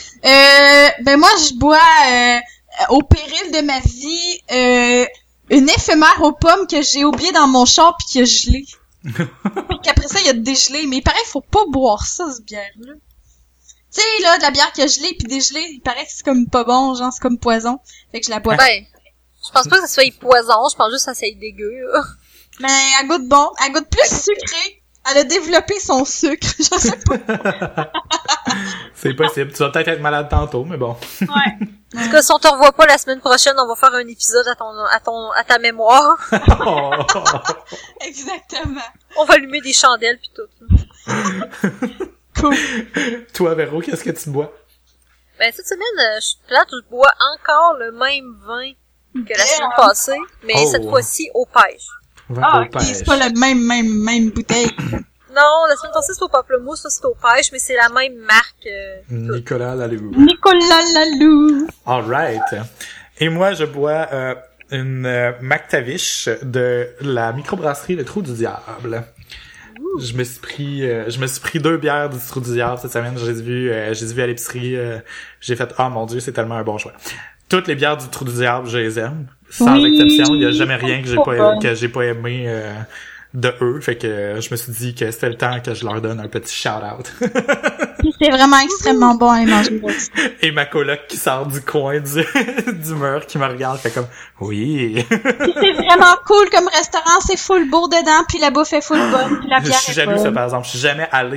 C: Ben moi, je bois, au péril de ma vie, une éphémère aux pommes que j'ai oublié dans mon char pis qui a gelé. Puis qu'après ça, il a dégelé. Mais il paraît qu'il faut pas boire ça, cette bière-là. Tu sais, là, de la bière qui a gelé pis dégelé, il paraît que c'est comme pas bon, genre c'est comme poison. Fait que je la bois.
A: Ben, je pense pas que ça soit poison, je pense juste que ça soit dégueu, là.
C: Mais elle goûte bon, elle goûte plus sucrée. Elle a développé son sucre, je sais pas.
B: C'est possible. Tu vas peut-être être malade tantôt, mais bon.
C: Ouais.
A: En tout cas, si on te revoit pas la semaine prochaine, on va faire un épisode à ta mémoire.
B: Oh.
C: Exactement.
A: On va allumer des chandelles pis tout.
C: Cool.
B: Toi, Véro, qu'est-ce que tu bois?
A: Ben, cette semaine, je bois encore le même vin que la semaine passée, mais cette fois-ci au pêche.
C: Ok, c'est pas la même bouteille.
A: Non, la semaine passée c'était au pamplemousse, ça c'était au pêche, mais c'est la même marque.
B: Nicolas Lalou.
C: Nicolas Lalou.
B: Alright. Et moi, je bois une McTavish de la microbrasserie Le Trou du Diable. Je me suis pris 2 bières du Trou du Diable cette semaine. J'ai vu à l'épicerie. J'ai fait, oh mon Dieu, c'est tellement un bon choix. Toutes les bières du Trou du Diable, je les aime. Sans exception. Il y a jamais rien que j'ai pas aimé de eux. Fait que je me suis dit que c'était le temps que je leur donne un petit shout-out.
C: C'est vraiment extrêmement bon à manger.
B: Et ma coloc qui sort du coin du mur qui me regarde fait comme oui.
C: C'est vraiment cool comme restaurant, c'est full beau dedans, puis la bouffe est full bonne, puis la bière
B: Je suis jamais vu ça par exemple, je suis jamais allé.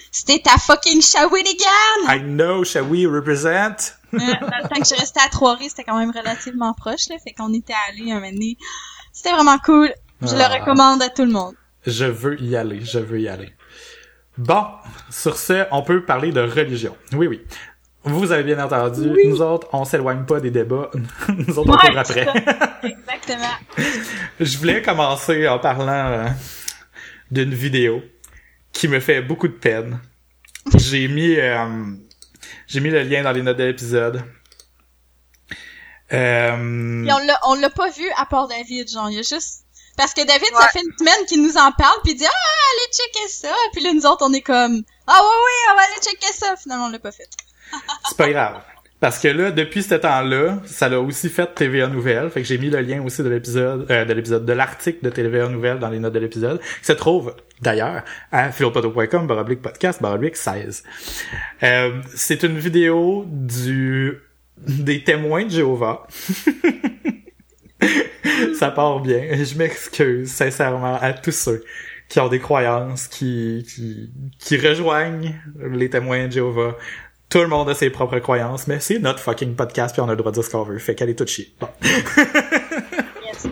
C: C'était ta fucking Shawinigan!
B: I know, Shawi represent!
C: Dans le temps que je restais à Trois-Rives, c'était quand même relativement proche, là. Fait qu'on était allés un moment donné. C'était vraiment cool. Je le recommande à tout le monde.
B: Je veux y aller. Bon, sur ce, on peut parler de religion. Oui. Vous avez bien entendu, oui. Nous autres, on s'éloigne pas des débats. Nous autres, on court après.
C: Exactement.
B: Je voulais commencer en parlant d'une vidéo qui me fait beaucoup de peine. J'ai mis le lien dans les notes de l'épisode.
C: Et on l'a pas vu à part David, genre, il y a juste... Parce que David, ça fait une semaine qu'il nous en parle, pis il dit « Ah, allez checker ça! » Puis là, nous autres, on est comme « Ah oui, on va aller checker ça! » Finalement, on l'a pas fait.
B: C'est pas grave. Parce que là, depuis ce temps-là, ça l'a aussi fait TVA Nouvelles. Fait que j'ai mis le lien aussi de l'article de TVA Nouvelles dans les notes de l'épisode, qui se trouve d'ailleurs à philopodcast/podcast/16. C'est une vidéo des témoins de Jéhovah. Ça part bien. Je m'excuse sincèrement à tous ceux qui ont des croyances, qui rejoignent les témoins de Jéhovah. Tout le monde a ses propres croyances, mais c'est notre fucking podcast puis on a le droit de dire ce qu'on veut. Fait qu'elle est toute chier. Bon.
C: Yes.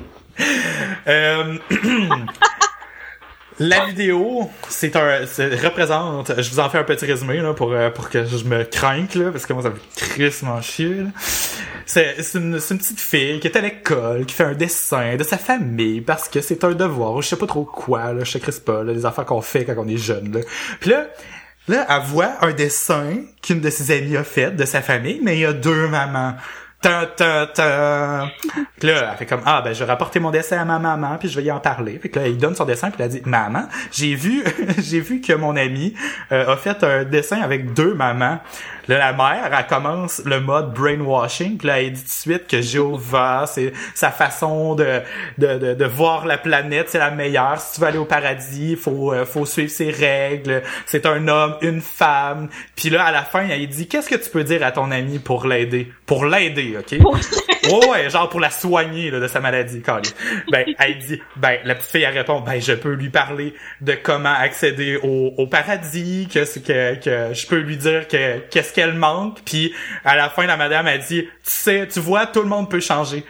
B: La vidéo, représente, je vous en fais un petit résumé, là, pour que je me crainte, là, parce que moi, ça me crissement chier, là. C'est une petite fille qui est à l'école, qui fait un dessin de sa famille, parce que c'est un devoir, ou je sais pas trop quoi, là, je sais pas, là, les affaires qu'on fait quand on est jeune, là. Puis là, elle voit un dessin qu'une de ses amies a fait de sa famille, mais il y a deux mamans. Puis là, elle fait comme, je vais rapporter mon dessin à ma maman, puis je vais y en parler. Puis là, il donne son dessin, puis elle dit, maman, j'ai vu que mon ami a fait un dessin avec deux mamans. Là, la mère, elle commence le mode brainwashing, puis là, elle dit tout de suite que Jéhovah, c'est sa façon de voir la planète, c'est la meilleure. Si tu veux aller au paradis, faut suivre ses règles. C'est un homme, une femme. Puis là, à la fin, elle dit, qu'est-ce que tu peux dire à ton ami pour l'aider? Pour l'aider, OK? Ouais, genre pour la soigner, là, de sa maladie, Carly. Elle dit, la petite fille, elle répond, je peux lui parler de comment accéder au paradis, que je peux lui dire qu'est-ce qu'elle manque, puis à la fin, la madame a dit, tu vois, tout le monde peut changer.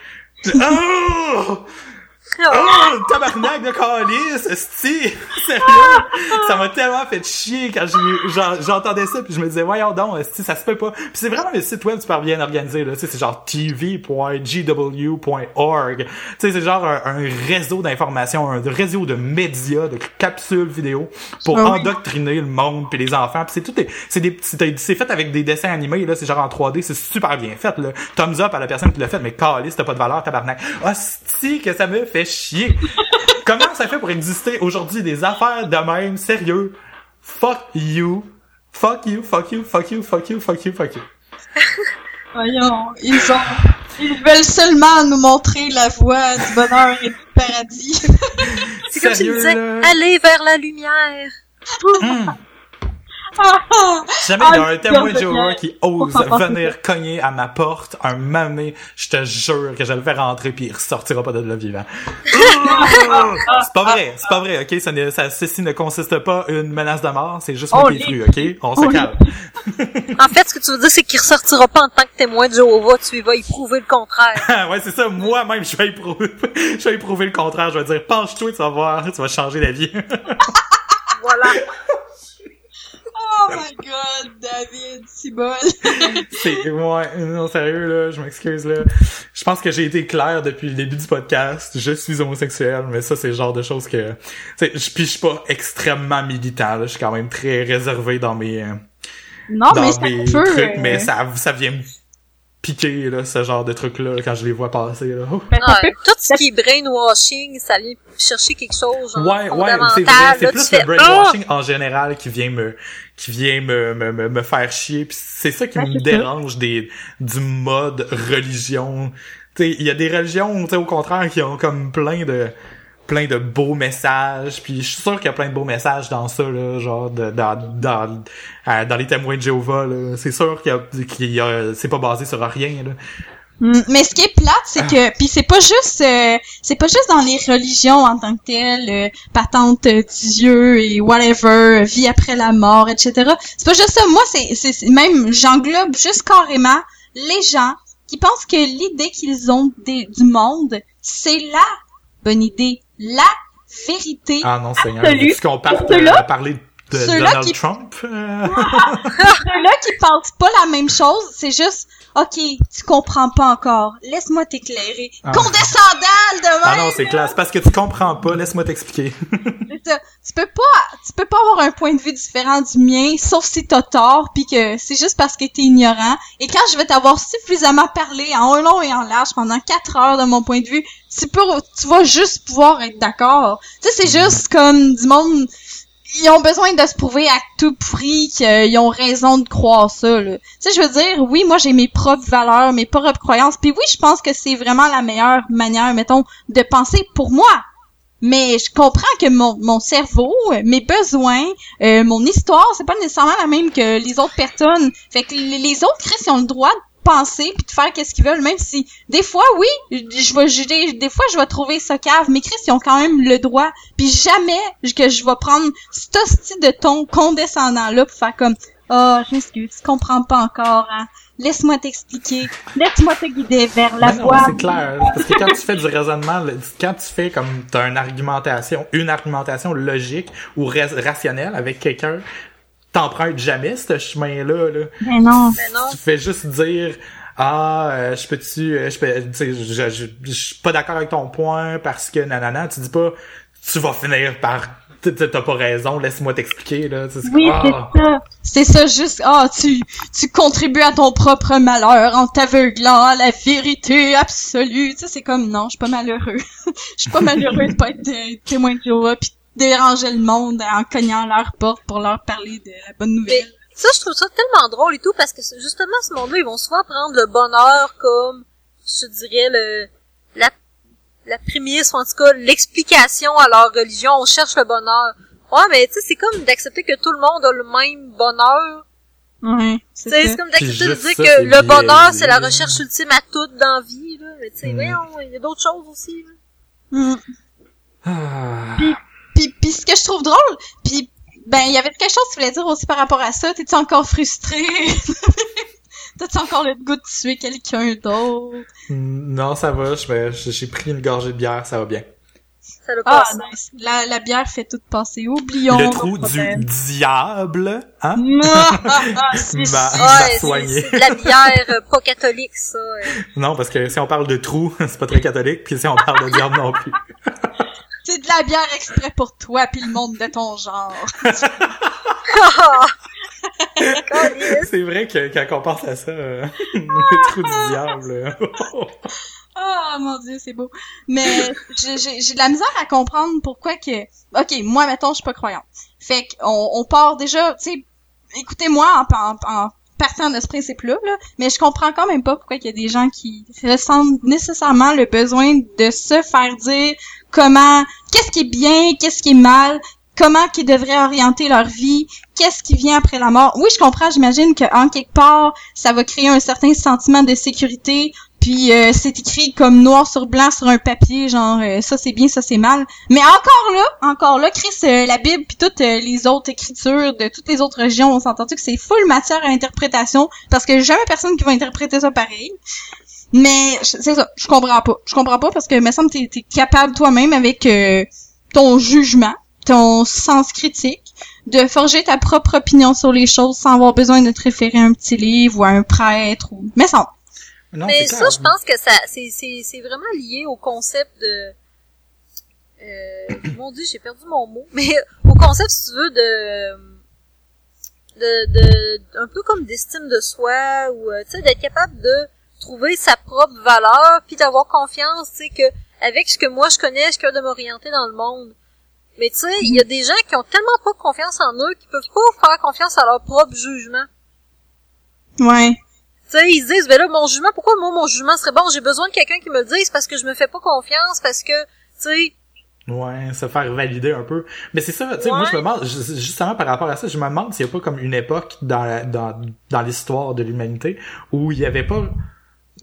B: Oh, tabarnak de calice, esti! Sérieux? Ça m'a tellement fait chier quand j'entendais ça, puis je me disais, voyons donc, esti, ça se fait pas. Puis c'est vraiment le site web super bien organisé, là. Tu sais, c'est genre tv.gw.org. Tu sais, c'est genre un réseau d'informations, un réseau de médias, de capsules vidéo pour endoctriner le monde puis les enfants. Puis c'est fait avec des dessins animés, là. C'est genre en 3D, c'est super bien fait, là. Thumbs up à la personne qui l'a fait, mais calice, t'as pas de valeur, tabarnak. Esti, que ça me fait chier. Comment ça fait pour exister aujourd'hui des affaires de même, sérieux? Fuck you. Fuck you, fuck you, fuck you, fuck you, fuck you, fuck you.
C: Voyons, ils veulent seulement nous montrer la voie du bonheur et du paradis.
A: C'est comme s'ils disaient, allez vers la lumière.
B: Si jamais il y a un témoin de Jéhovah qui ose venir cogner à ma porte un mané, je te jure que je le fais rentrer puis il ressortira pas de là vivant. C'est pas vrai, ok? Ceci ne consiste pas une menace de mort, c'est juste moi qui ai cru, ok? On se calme.
A: En fait, ce que tu veux dire, c'est qu'il ressortira pas en tant que témoin de Jéhovah, tu vas y prouver le contraire.
B: Ouais, c'est ça, moi-même, je vais y prouver le contraire, je vais dire, penche-toi, tu vas voir, tu vas changer la vie.
A: Voilà.
C: Oh my god, David, c'est bon.
B: Non, sérieux, là, je m'excuse, là. Je pense que j'ai été clair depuis le début du podcast. Je suis homosexuel, mais ça, c'est le genre de choses que, puis je suis pas extrêmement militant, là. Je suis quand même très réservé dans mes, trucs, mais ça vient me piquer, là, ce genre de trucs-là, quand je les vois passer, là.
A: Tout ce qui est brainwashing, ça vient chercher quelque chose, genre,
B: c'est vrai, c'est plus le brainwashing en général qui vient me faire chier, puis c'est ça qui me dérange du mode religion. Tu sais, il y a des religions, tu sais, au contraire, qui ont comme plein de beaux messages, puis je suis sûr qu'il y a plein de beaux messages dans ça, là, genre dans les témoins de Jéhovah, là. C'est sûr qu'il y a c'est pas basé sur rien, là.
C: Mais ce qui est plate, c'est que puis c'est pas juste dans les religions en tant que telles, patente Dieu et whatever, vie après la mort, etc. C'est pas juste ça. Moi, c'est même j'englobe juste carrément les gens qui pensent que l'idée qu'ils ont du monde, c'est la bonne idée, la vérité
B: Ah non, Seigneur,
C: absolue.
B: est-ce qu'on part à parler de Donald Trump?
C: Ceux-là qui pensent pas la même chose, c'est juste OK, tu comprends pas encore. Laisse-moi t'éclairer. Condescendant de même.
B: Ah non, c'est classe. Parce que tu comprends pas, laisse-moi t'expliquer.
C: C'est ça. Tu peux pas avoir un point de vue différent du mien, sauf si t'as tort, pis que c'est juste parce que t'es ignorant. Et quand je vais t'avoir suffisamment parlé en long et en large pendant 4 heures de mon point de vue, tu vas juste pouvoir être d'accord. Tu sais, c'est juste comme du monde... Ils ont besoin de se prouver à tout prix qu'ils ont raison de croire ça, là. Tu sais, je veux dire, oui, moi, j'ai mes propres valeurs, mes propres croyances, puis oui, je pense que c'est vraiment la meilleure manière, mettons, de penser pour moi. Mais je comprends que mon cerveau, mes besoins, mon histoire, c'est pas nécessairement la même que les autres personnes. Fait que les autres, Chris, ils ont le droit de penser puis de faire qu'est-ce qu'ils veulent, même si des fois oui je vais juger, des fois je vais trouver ça cave, mais Chris ils ont quand même le droit, puis jamais que je vais prendre cet hostie de ton condescendant là pour faire comme je m'excuse, tu comprends pas encore, hein, laisse-moi t'expliquer, laisse-moi te guider vers la voie.
B: Non, c'est clair, parce que quand tu fais du raisonnement, quand tu fais comme t'as une argumentation logique ou rationnelle avec quelqu'un, t'empruntes jamais ce chemin-là, là.
C: Mais non.
B: Tu fais juste dire je suis pas d'accord avec ton point parce que nanana, tu dis pas tu vas finir par t'as pas raison, laisse-moi t'expliquer, là.
C: Oui, c'est ça. C'est ça, juste, tu contribues à ton propre malheur en t'aveuglant à la vérité absolue. Tu sais, c'est comme, non, je suis pas malheureux. Je suis pas malheureux de pas être témoin de Jéhovah pis déranger le monde en cognant leur porte pour leur parler de la bonne nouvelle.
A: Mais ça, je trouve ça tellement drôle et tout, parce que justement, ce monde-là, ils vont souvent prendre le bonheur comme, je dirais, la prémisse, ou en tout cas, l'explication à leur religion. On cherche le bonheur. Ouais, mais tu sais, c'est comme d'accepter que tout le monde a le même bonheur.
C: Ouais,
A: c'est comme d'accepter de dire que le bonheur, c'est la recherche ultime à tout dans la vie, là. Mais tu sais, voyons, il y a d'autres choses aussi, là.
C: Puis ce que je trouve drôle, puis ben il y avait quelque chose que tu voulais dire aussi par rapport à ça. T'es-tu encore frustré? T'as-tu encore le goût de tuer quelqu'un d'autre?
B: Non, ça va. J'ai pris une gorgée de bière, ça va bien.
A: Ça l'a passé.
C: Nice. La bière fait tout passer. Oublions.
B: Le trou du diable, hein?
C: C'est
B: soigné.
A: C'est de la bière pas catholique, ça.
B: Non, parce que si on parle de trou, c'est pas très catholique, puis si on parle de diable non plus.
C: C'est de la bière exprès pour toi pis le monde de ton genre.
B: C'est vrai que quand on pense à ça, le trou du diable.
C: Mon Dieu, c'est beau. Mais j'ai de la misère à comprendre pourquoi que... OK, moi, mettons, je suis pas croyante. Fait qu'on part déjà, tu sais, écoutez-moi en partant de ce principe-là, là, mais je comprends quand même pas pourquoi il y a des gens qui ressentent nécessairement le besoin de se faire dire qu'est-ce qui est bien, qu'est-ce qui est mal, comment qu'ils devraient orienter leur vie, qu'est-ce qui vient après la mort. Oui, je comprends, j'imagine qu'en quelque part, ça va créer un certain sentiment de sécurité, puis c'est écrit comme noir sur blanc sur un papier, genre ça c'est bien, ça c'est mal. Mais encore là, Chris, la Bible puis toutes les autres écritures de toutes les autres religions, on s'entend-tu que c'est full matière à interprétation, parce que jamais personne qui va interpréter ça pareil. Mais c'est ça, je comprends pas parce que me semble que t'es capable toi-même avec ton jugement, ton sens critique, de forger ta propre opinion sur les choses sans avoir besoin de te référer à un petit livre ou à un prêtre ou mais ça.
B: Non,
A: mais ça, je pense que c'est vraiment lié au concept de mon Dieu, j'ai perdu mon mot, mais au concept, si tu veux, de un peu comme d'estime de soi, ou tu sais, d'être capable de trouver sa propre valeur, puis d'avoir confiance, tu sais, que avec ce que moi je connais, je suis capable de m'orienter dans le monde. Mais tu sais, il y a des gens qui ont tellement pas confiance en eux qu'ils peuvent pas faire confiance à leur propre jugement.
C: Ouais.
A: Tu sais, ils se disent, ben là, mon jugement, pourquoi moi, mon jugement serait bon? J'ai besoin de quelqu'un qui me le dise parce que je me fais pas confiance, parce que, tu sais...
B: Ouais, se faire valider un peu. Mais c'est ça, tu sais, moi, je me demande, justement, par rapport à ça, je me demande s'il y a pas comme une époque dans l'histoire de l'humanité où il y avait pas...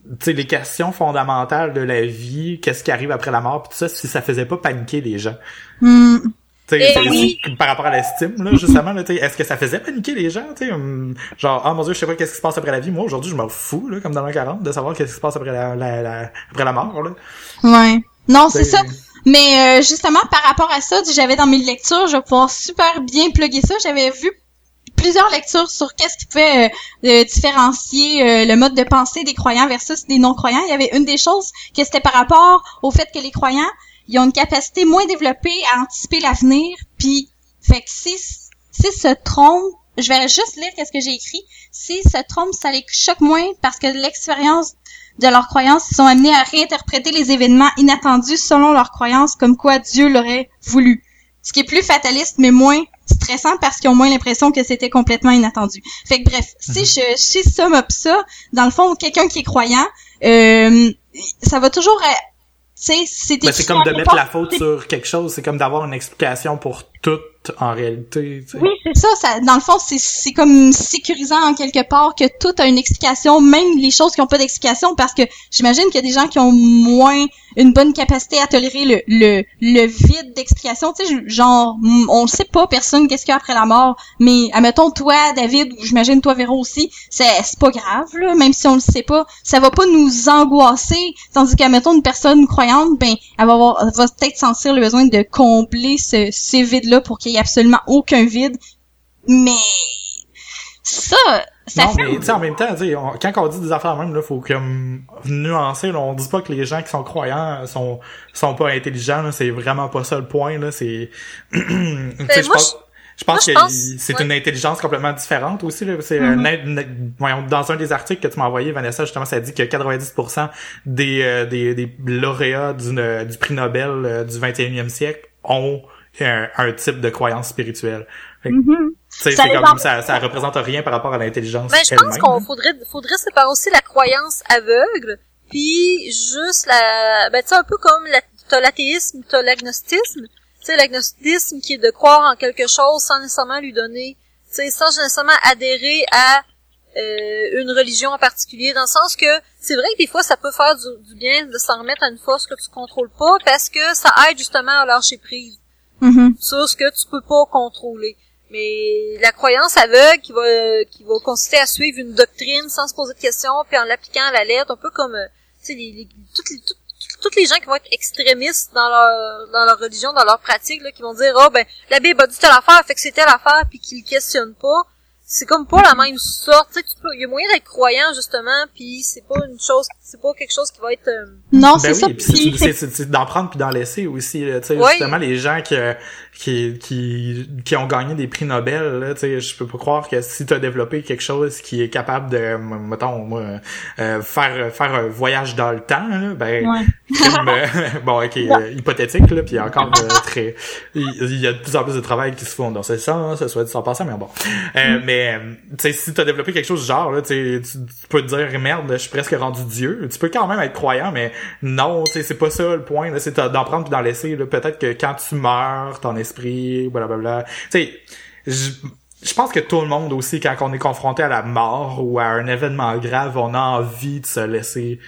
B: sais, les questions fondamentales de la vie, qu'est-ce qui arrive après la mort, pis tout ça, si ça faisait pas paniquer les gens.
A: Oui.
B: Par rapport à l'estime, là, justement, là, est-ce que ça faisait paniquer les gens, genre, ah, mon Dieu, je sais pas qu'est-ce qui se passe après la vie. Moi, aujourd'hui, je m'en fous, là, comme dans l'an 40, de savoir qu'est-ce qui se passe après après la mort, là.
C: Ouais. Non, c'est ça. Mais, justement, par rapport à ça, j'avais dans mes lectures, je vais pouvoir super bien plugger ça. J'avais vu plusieurs lectures sur qu'est-ce qui pouvait différencier le mode de pensée des croyants versus des non-croyants. Il y avait une des choses que c'était par rapport au fait que les croyants, ils ont une capacité moins développée à anticiper l'avenir, puis fait que si se trompent, je vais juste lire qu'est-ce que j'ai écrit, si se trompent, ça les choque moins parce que l'expérience de leurs croyances, ils sont amenés à réinterpréter les événements inattendus selon leurs croyances comme quoi Dieu l'aurait voulu. Ce qui est plus fataliste, mais moins stressant parce qu'ils ont moins l'impression que c'était complètement inattendu. Fait que bref, si je somme up ça, dans le fond, quelqu'un qui est croyant, ça va toujours...
B: c'est comme de mettre la faute sur quelque chose, c'est comme d'avoir une explication pour tout en réalité. T'sais.
C: Oui, c'est ça, dans le fond, c'est comme sécurisant en quelque part que tout a une explication, même les choses qui ont pas d'explication, parce que j'imagine qu'il y a des gens qui ont moins une bonne capacité à tolérer le vide d'explication, tu sais, genre, on le sait pas, personne, qu'est-ce qu'il y a après la mort, mais, admettons, toi, David, ou j'imagine toi, Véro aussi, c'est pas grave, là, même si on le sait pas, ça va pas nous angoisser, tandis qu'admettons, une personne croyante, ben, elle va peut-être sentir le besoin de combler ces vides-là pour qu'il y ait absolument aucun vide, mais ça
B: non,
C: fait...
B: mais tu sais, en même temps, quand on dit des affaires même, là, faut comme nuancer, là, on dit pas que les gens qui sont croyants sont pas intelligents, là, c'est vraiment pas ça le point, là, c'est... Je pense que c'est une intelligence complètement différente aussi, là. C'est dans un des articles que tu m'as envoyé, Vanessa, justement, ça dit que 90% des lauréats du prix Nobel du 21e siècle ont un type de croyance spirituelle. C'est comme ça représente rien par rapport à l'intelligence.
A: Ben, je pense qu'on faudrait séparer aussi la croyance aveugle, puis juste tu sais, un peu comme t'as l'athéisme, t'as l'agnosticisme. Tu sais, l'agnosticisme qui est de croire en quelque chose sans nécessairement lui donner, tu sais, sans nécessairement adhérer à une religion en particulier, dans le sens que c'est vrai que des fois ça peut faire du bien de s'en remettre à une force que tu contrôles pas, parce que ça aide justement à lâcher prise sur ce que tu peux pas contrôler. Mais la croyance aveugle qui va consister à suivre une doctrine sans se poser de questions, puis en l'appliquant à la lettre, un peu comme tu sais toutes les gens qui vont être extrémistes dans leur religion, dans leur pratique, là, qui vont dire la Bible a dit telle affaire, fait que c'est telle affaire, puis qu'ils le questionnent pas. C'est comme pas la même sorte, tu sais, il y a moyen d'être croyant justement, puis c'est pas quelque chose qui va être
C: Non,
B: ben
C: c'est ça.
B: Puis c'est d'en prendre puis d'en laisser aussi, tu sais, justement les gens qui ont gagné des prix Nobel, là, tu sais, je peux pas croire que si t'as développé quelque chose qui est capable de, mettons, faire un voyage dans le temps, là, hypothétique, là, puis encore il y a de plus en plus de travail qui se font dans ce sens, soit dit sans passant, mais bon. Mais tu sais, si t'as développé quelque chose du genre, là, tu peux te dire merde, je suis presque rendu Dieu. Tu peux quand même être croyant, mais non, tu sais, c'est pas ça le point, là, c'est d'en prendre puis d'en laisser, là. Peut-être que quand tu meurs, ton esprit, blablabla. Tu sais, je pense que tout le monde aussi, quand on est confronté à la mort ou à un événement grave, on a envie de se laisser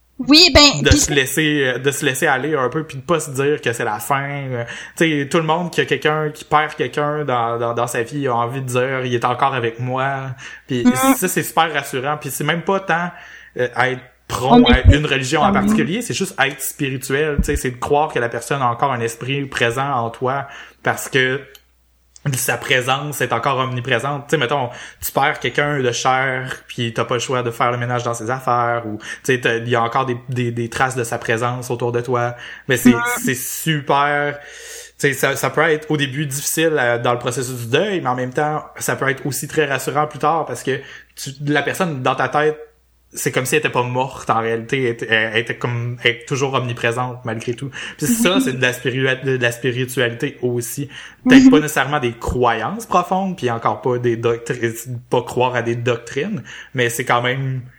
B: de se laisser aller un peu puis de pas se dire que c'est la fin. Tu sais, tout le monde qui perd quelqu'un dans sa vie a envie de dire il est encore avec moi. Puis ça c'est super rassurant. Puis c'est même pas tant être prompt à une religion en particulier, c'est juste être spirituel. Tu sais, c'est de croire que la personne a encore un esprit présent en toi parce que sa présence est encore omniprésente. Tu sais, mettons, tu perds quelqu'un de cher, puis t'as pas le choix de faire le ménage dans ses affaires, ou tu sais, il y a encore des traces de sa présence autour de toi. Mais c'est super. Tu sais, ça peut être au début difficile dans le processus du deuil, mais en même temps, ça peut être aussi très rassurant plus tard parce que la personne dans ta tête, c'est comme si elle était pas morte en réalité, elle était comme elle est toujours omniprésente malgré tout. Puis ça, c'est de la spiritualité aussi. Peut-être pas nécessairement des croyances profondes, puis encore pas des doctrines, pas croire à des doctrines, mais c'est quand même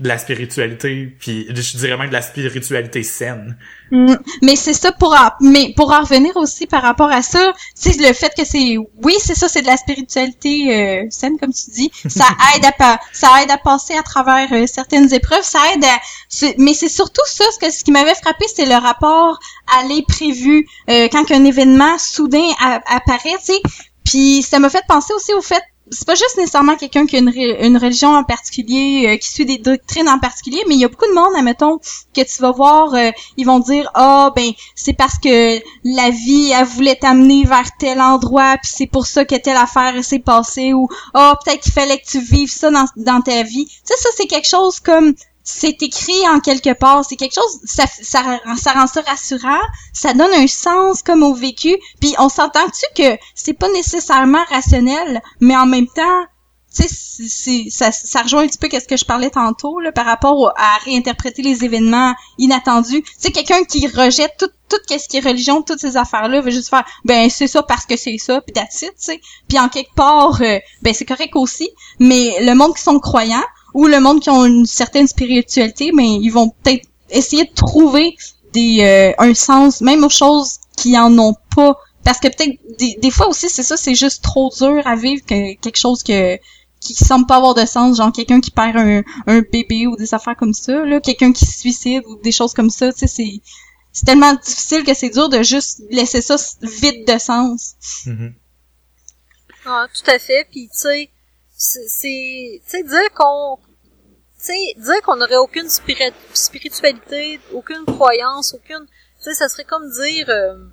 B: de la spiritualité, puis je dirais même de la spiritualité saine.
C: Mais c'est ça pour en revenir aussi par rapport à ça, c'est le fait que c'est c'est de la spiritualité saine comme tu dis, ça aide à passer à travers certaines épreuves, mais c'est surtout ça ce qui m'avait frappé, c'est le rapport à l'imprévu quand un événement soudain apparaît, tu sais. Puis ça m'a fait penser aussi au fait, c'est pas juste nécessairement quelqu'un qui a une religion en particulier, qui suit des doctrines en particulier, mais il y a beaucoup de monde, admettons, que tu vas voir, ils vont dire c'est parce que la vie, elle voulait t'amener vers tel endroit, puis c'est pour ça que telle affaire s'est passée, ou peut-être qu'il fallait que tu vives ça dans ta vie. Tu sais, ça c'est quelque chose comme c'est écrit en quelque part, c'est quelque chose, ça rend ça rassurant, ça donne un sens comme au vécu, puis on s'entend-tu que c'est pas nécessairement rationnel, mais en même temps, tu sais, ça rejoint un petit peu qu'est-ce que je parlais tantôt, là, par rapport à réinterpréter les événements inattendus. Tu sais, quelqu'un qui rejette tout qu'est-ce qui est religion, toutes ces affaires-là, veut juste faire, c'est ça parce que c'est ça, puis that's it, tu sais. Puis en quelque part, c'est correct aussi, mais le monde qui sont croyants, ou le monde qui ont une certaine spiritualité, mais ils vont peut-être essayer de trouver un sens, même aux choses qui en ont pas. Parce que peut-être, des fois aussi, c'est ça, c'est juste trop dur à vivre que quelque chose qui semble pas avoir de sens, genre quelqu'un qui perd un bébé ou des affaires comme ça, là, quelqu'un qui se suicide ou des choses comme ça, tu sais, c'est tellement difficile que c'est dur de juste laisser ça vide de sens.
B: Mm-hmm.
A: Ah, tout à fait, puis tu sais, c'est dire qu'on n'aurait aucune spiritualité, aucune croyance, aucune, tu sais, ça serait comme dire,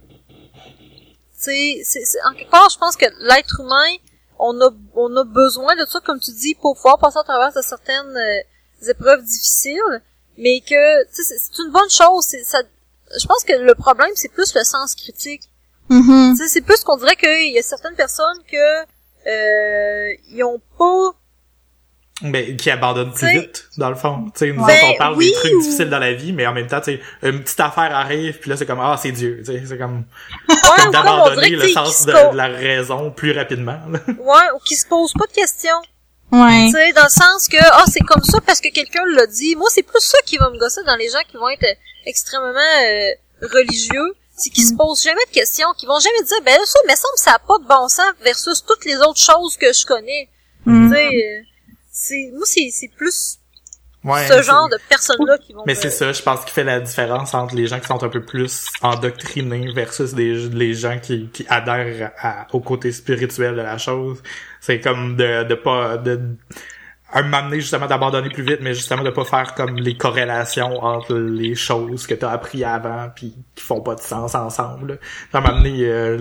A: c'est en quelque part, je pense que l'être humain, on a besoin de ça, comme tu dis, pour pouvoir passer à travers de certaines épreuves difficiles, mais que, tu sais, c'est une bonne chose, je pense que le problème, c'est plus le sens critique.
C: Mm-hmm.
A: Tu sais, c'est plus qu'on dirait qu'il y a certaines personnes que ils ont pas
B: qui abandonnent plus vite dans le fond. Tu sais, nous autres, on parle des trucs difficiles dans la vie, mais en même temps, tu sais, une petite affaire arrive, puis là c'est comme c'est Dieu, tu sais, c'est comme d'abandonner le sens de la raison plus rapidement. Là.
A: Ouais, ou qui se posent pas de questions.
C: Ouais.
A: Tu sais, dans le sens que c'est comme ça parce que quelqu'un l'a dit. Moi, c'est plus ça qui va me gosser dans les gens qui vont être extrêmement religieux. C'est qu'ils se posent jamais de questions, qu'ils vont jamais dire, ça, mais ça a pas de bon sens versus toutes les autres choses que je connais. Tu sais, moi, c'est plus ce genre de personnes-là qui vont...
B: Mais c'est ça, je pense qu'il fait la différence entre les gens qui sont un peu plus endoctrinés versus les gens qui adhèrent au côté spirituel de la chose. C'est comme m'amener justement d'abandonner plus vite, mais justement de pas faire comme les corrélations entre les choses que t'as appris avant puis qui font pas de sens ensemble. Ça m'amener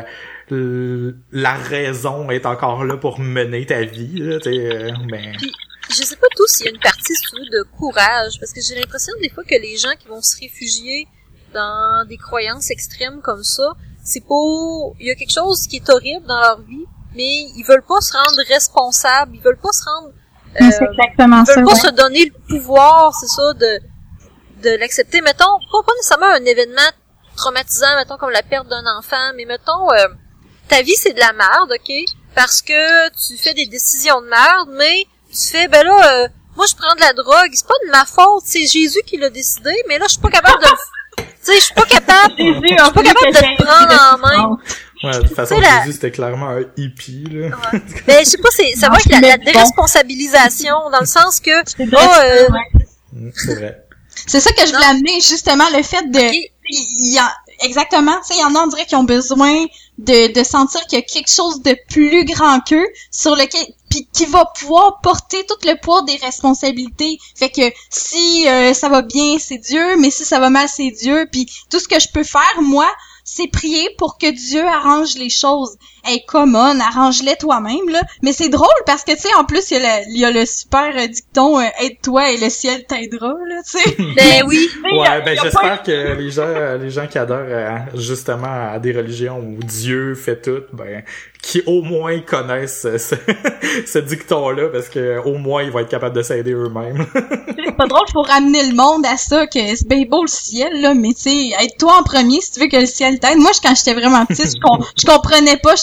B: la raison est encore là pour mener ta vie, là,
A: Puis, je sais pas tous s'il y a une partie, si tu veux, de courage, parce que j'ai l'impression des fois que les gens qui vont se réfugier dans des croyances extrêmes comme ça, c'est pour... Il y a quelque chose qui est horrible dans leur vie, mais ils veulent pas se rendre responsables, ils veulent pas se rendre...
C: c'est exactement ça.
A: Ils veulent pas se donner le pouvoir, c'est ça, de l'accepter. Mettons, pas nécessairement un événement traumatisant, mettons, comme la perte d'un enfant, mais mettons, ta vie c'est de la merde, ok? Parce que tu fais des décisions de merde, mais tu fais, moi je prends de la drogue, c'est pas de ma faute, c'est Jésus qui l'a décidé, mais là je suis pas capable de tu sais, je suis pas capable de te prendre en main.
B: Ouais, de toute façon, Jésus, c'était clairement un hippie, là.
A: Ouais. Mais je sais pas, ça va être la déresponsabilisation, dans le sens que,
B: c'est vrai.
C: C'est ça que je voulais amener, justement, le fait de, exactement, tu sais, il y en a, on dirait, qui ont besoin de sentir qu'il y a quelque chose de plus grand qu'eux, sur lequel, puis qui va pouvoir porter tout le poids des responsabilités. Fait que si ça va bien, c'est Dieu, mais si ça va mal, c'est Dieu. Puis tout ce que je peux faire, moi, c'est prier pour que Dieu arrange les choses. Hey, come on, arrange-les toi-même, là. Mais c'est drôle parce que, tu sais, en plus, il y a le super dicton aide-toi et le ciel t'aidera, là, tu sais.
A: Ben oui.
B: Ouais, j'espère que les gens qui adhèrent justement à des religions où Dieu fait tout, qui au moins connaissent ce dicton-là, parce que au moins ils vont être capables de s'aider eux-mêmes.
C: C'est pas drôle, faut ramener le monde à ça, que c'est bien beau le ciel, là, mais tu sais, aide-toi en premier si tu veux que le ciel t'aide. Moi, quand j'étais vraiment petite, je comprenais pas, j'étais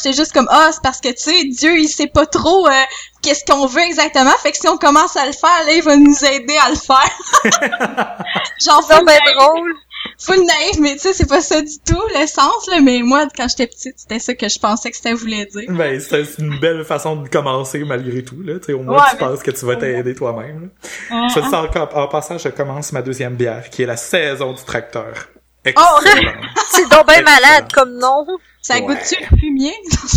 C: c'est juste comme, c'est parce que, tu sais, Dieu, il sait pas trop qu'est-ce qu'on veut exactement, fait que si on commence à le faire, là, il va nous aider à le faire. Genre,
A: c'est bien drôle.
C: Full naïf, mais tu sais, c'est pas ça du tout, le sens, là, mais moi, quand j'étais petite, c'était ça que je pensais que ça voulait dire.
B: Ben, c'est une belle façon de commencer, malgré tout, là, tu sais, au moins, tu penses que tu vas t'aider toi-même, là. Je dis ça en passant, je commence ma deuxième bière, qui est la saison du tracteur. Excellent.
A: C'est donc bien malade comme nom.
C: Ça goûte-tu le fumier?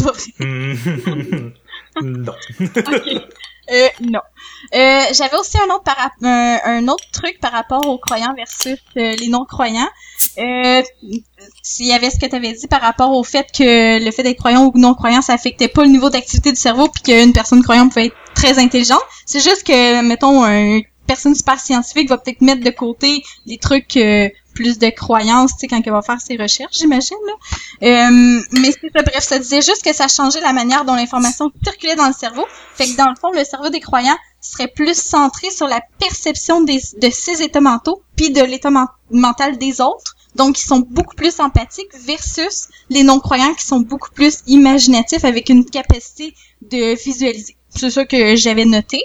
B: Non.
C: Okay. Non. J'avais aussi un autre truc par rapport aux croyants versus les non-croyants. S'il y avait ce que tu avais dit par rapport au fait que le fait d'être croyant ou non-croyant, ça affectait pas le niveau d'activité du cerveau, puis qu'une personne croyante pouvait être très intelligente. C'est juste que, mettons, une personne super scientifique va peut-être mettre de côté des trucs plus de croyances, tu sais, quand elle va faire ses recherches, j'imagine, là. Mais c'est ça, bref, ça disait juste que ça changeait la manière dont l'information circulait dans le cerveau. Fait que dans le fond, le cerveau des croyants serait plus centré sur la perception de ses états mentaux, puis de l'état mental des autres. Donc, ils sont beaucoup plus empathiques versus les non-croyants qui sont beaucoup plus imaginatifs avec une capacité de visualiser. C'est ça que j'avais noté.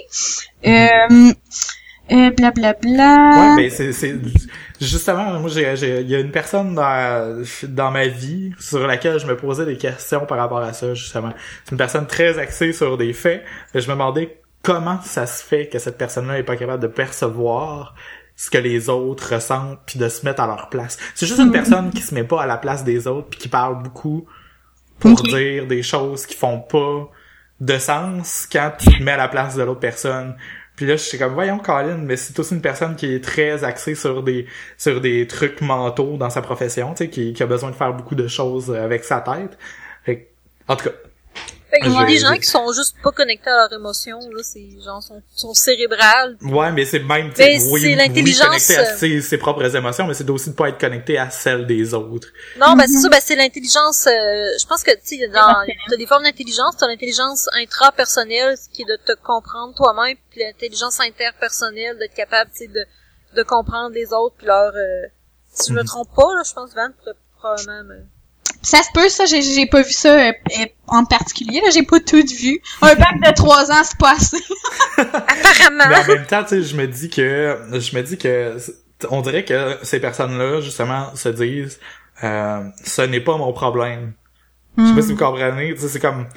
C: Blablabla.
B: Ouais, ben c'est justement, moi il y a une personne dans ma vie sur laquelle je me posais des questions par rapport à ça, justement. C'est une personne très axée sur des faits, mais je me demandais comment ça se fait que cette personne-là est pas capable de percevoir ce que les autres ressentent puis de se mettre à leur place. C'est juste une personne qui se met pas à la place des autres puis qui parle beaucoup pour dire des choses qui font pas de sens quand tu te mets à la place de l'autre personne. Puis là, je suis comme, voyons, Colin, mais c'est aussi une personne qui est très axée sur des trucs mentaux dans sa profession, tu sais, qui a besoin de faire beaucoup de choses avec sa tête. Fait, en tout cas.
A: Fait qu'il y a des gens qui sont juste pas connectés à leurs émotions, là, ces gens sont cérébrales.
B: Ouais, mais c'est même,
A: c'est l'intelligence.
B: Connecté à ses propres émotions, mais c'est aussi de pas être connecté à celles des autres.
A: Non, ben c'est ça, c'est l'intelligence, je pense que, tu sais, t'as des formes d'intelligence, t'as l'intelligence intrapersonnelle, qui est de te comprendre toi-même, puis l'intelligence interpersonnelle, d'être capable, tu sais, de comprendre les autres, puis leur, si je me trompe pas, là, je pense, Van pourrait probablement
C: Ça se peut, ça, j'ai pas vu ça en particulier, là, j'ai pas tout vu. Un bac de 3 ans, c'est pas assez.
A: Apparemment.
B: Mais en même temps, tu sais, je me dis que on dirait que ces personnes-là, justement, se disent ce n'est pas mon problème. Je sais pas si vous comprenez, tu sais, c'est comme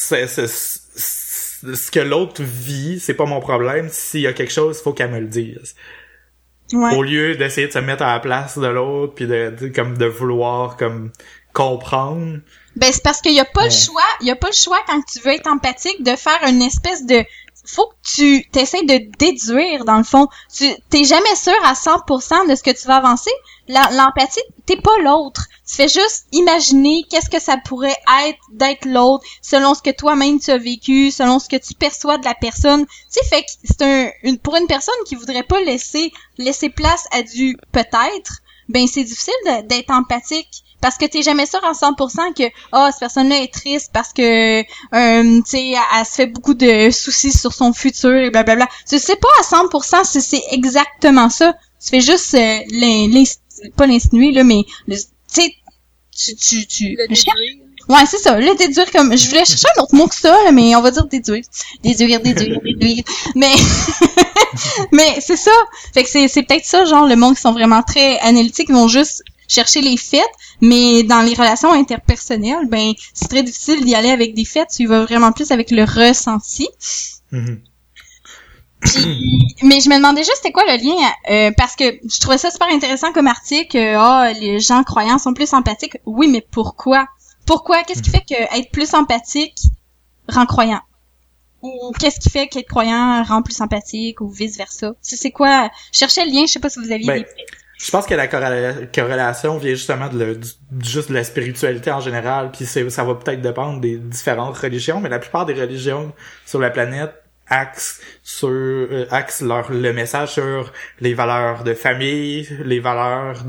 B: ce que l'autre vit, c'est pas mon problème. S'il y a quelque chose, il faut qu'elle me le dise.
C: Ouais.
B: Au lieu d'essayer de se mettre à la place de l'autre puis de vouloir comme comprendre.
C: Ben c'est parce qu'il y a pas le choix quand tu veux être empathique de faire une espèce de faut que tu t'essayes de déduire dans le fond. T'es jamais sûr à 100% de ce que tu vas avancer. L'empathie, t'es pas l'autre. Tu fais juste imaginer qu'est-ce que ça pourrait être d'être l'autre selon ce que toi-même tu as vécu, selon ce que tu perçois de la personne. Tu sais, fait que c'est pour une personne qui voudrait pas laisser place à du peut-être, ben c'est difficile d'être empathique. Parce que t'es jamais sûr à 100% que cette personne-là est triste parce que tu sais elle se fait beaucoup de soucis sur son futur et blablabla. Tu sais pas à 100% si c'est exactement ça. Tu fais juste pas l'insinuer là, mais tu sais tu
A: le déduire.
C: Ouais, c'est ça. Le déduire comme je voulais chercher un autre mot que ça là, mais on va dire déduire. Déduire. Mais mais c'est ça. Fait que c'est peut-être ça genre le monde qui sont vraiment très analytiques, ils vont juste chercher les faits, mais dans les relations interpersonnelles, ben c'est très difficile d'y aller avec des faits, tu y vas vraiment plus avec le ressenti.
B: Mm-hmm.
C: Puis, mais je me demandais juste c'était quoi le lien, parce que je trouvais ça super intéressant comme article, les gens croyants sont plus empathiques. Oui, mais pourquoi? Qu'est-ce qui fait que être plus empathique rend croyant? Ou qu'est-ce qui fait qu'être croyant rend plus empathique ou vice-versa? C'est quoi? Je cherchais le lien, je sais pas si vous aviez des...
B: Je pense que la corrélation vient justement juste de la spiritualité en général, puis ça va peut-être dépendre des différentes religions, mais la plupart des religions sur la planète axent le message sur les valeurs de famille, les valeurs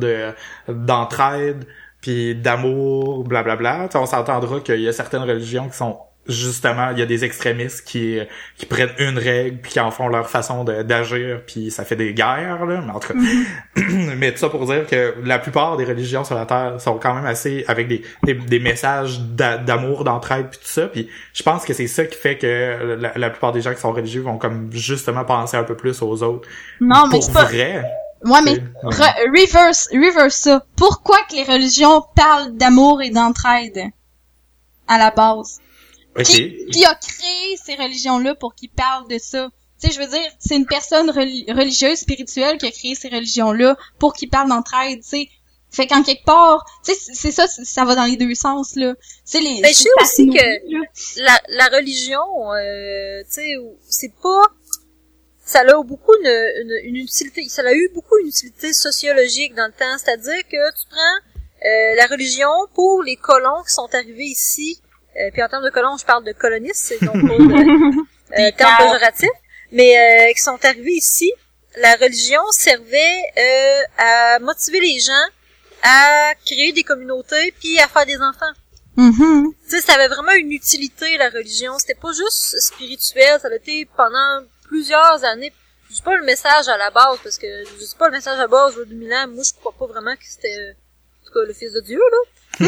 B: d'entraide, puis d'amour, blablabla. On s'entendra qu'il y a certaines religions qui sont justement, il y a des extrémistes qui prennent une règle puis qui en font leur façon d'agir puis ça fait des guerres, là. Mais en tout cas, mais tout ça pour dire que la plupart des religions sur la Terre sont quand même assez avec des messages d'amour, d'entraide puis tout ça. Puis je pense que c'est ça qui fait que la plupart des gens qui sont religieux vont comme justement penser un peu plus aux autres.
C: Non, mais
B: pour vrai.
C: Ouais, mais reverse ça. Pourquoi que les religions parlent d'amour et d'entraide à la base?
B: Okay.
C: Qui a créé ces religions-là pour qu'ils parlent de ça? Tu sais, je veux dire, c'est une personne religieuse, spirituelle qui a créé ces religions-là pour qu'ils parlent d'entraide, tu sais. Fait qu'en quelque part, tu sais, c'est ça, ça va dans les deux sens, là. Tu sais,
A: je sais aussi que la religion, tu sais, c'est pas... Ça a beaucoup une utilité, ça a eu beaucoup une utilité sociologique dans le temps, c'est-à-dire que tu prends la religion pour les colons qui sont arrivés ici, puis en termes de colons, je parle de colonistes, c'est donc pas terme péjoratif, mais qui sont arrivés ici, la religion servait à motiver les gens à créer des communautés puis à faire des enfants.
C: Mm-hmm.
A: Tu sais, ça avait vraiment une utilité, la religion, c'était pas juste spirituel, ça a été pendant plusieurs années. Je dis pas le message à la base, parce que je dis pas le message à la base de 2000 ans. Moi, je crois pas vraiment que c'était, en tout cas, le fils de Dieu, là.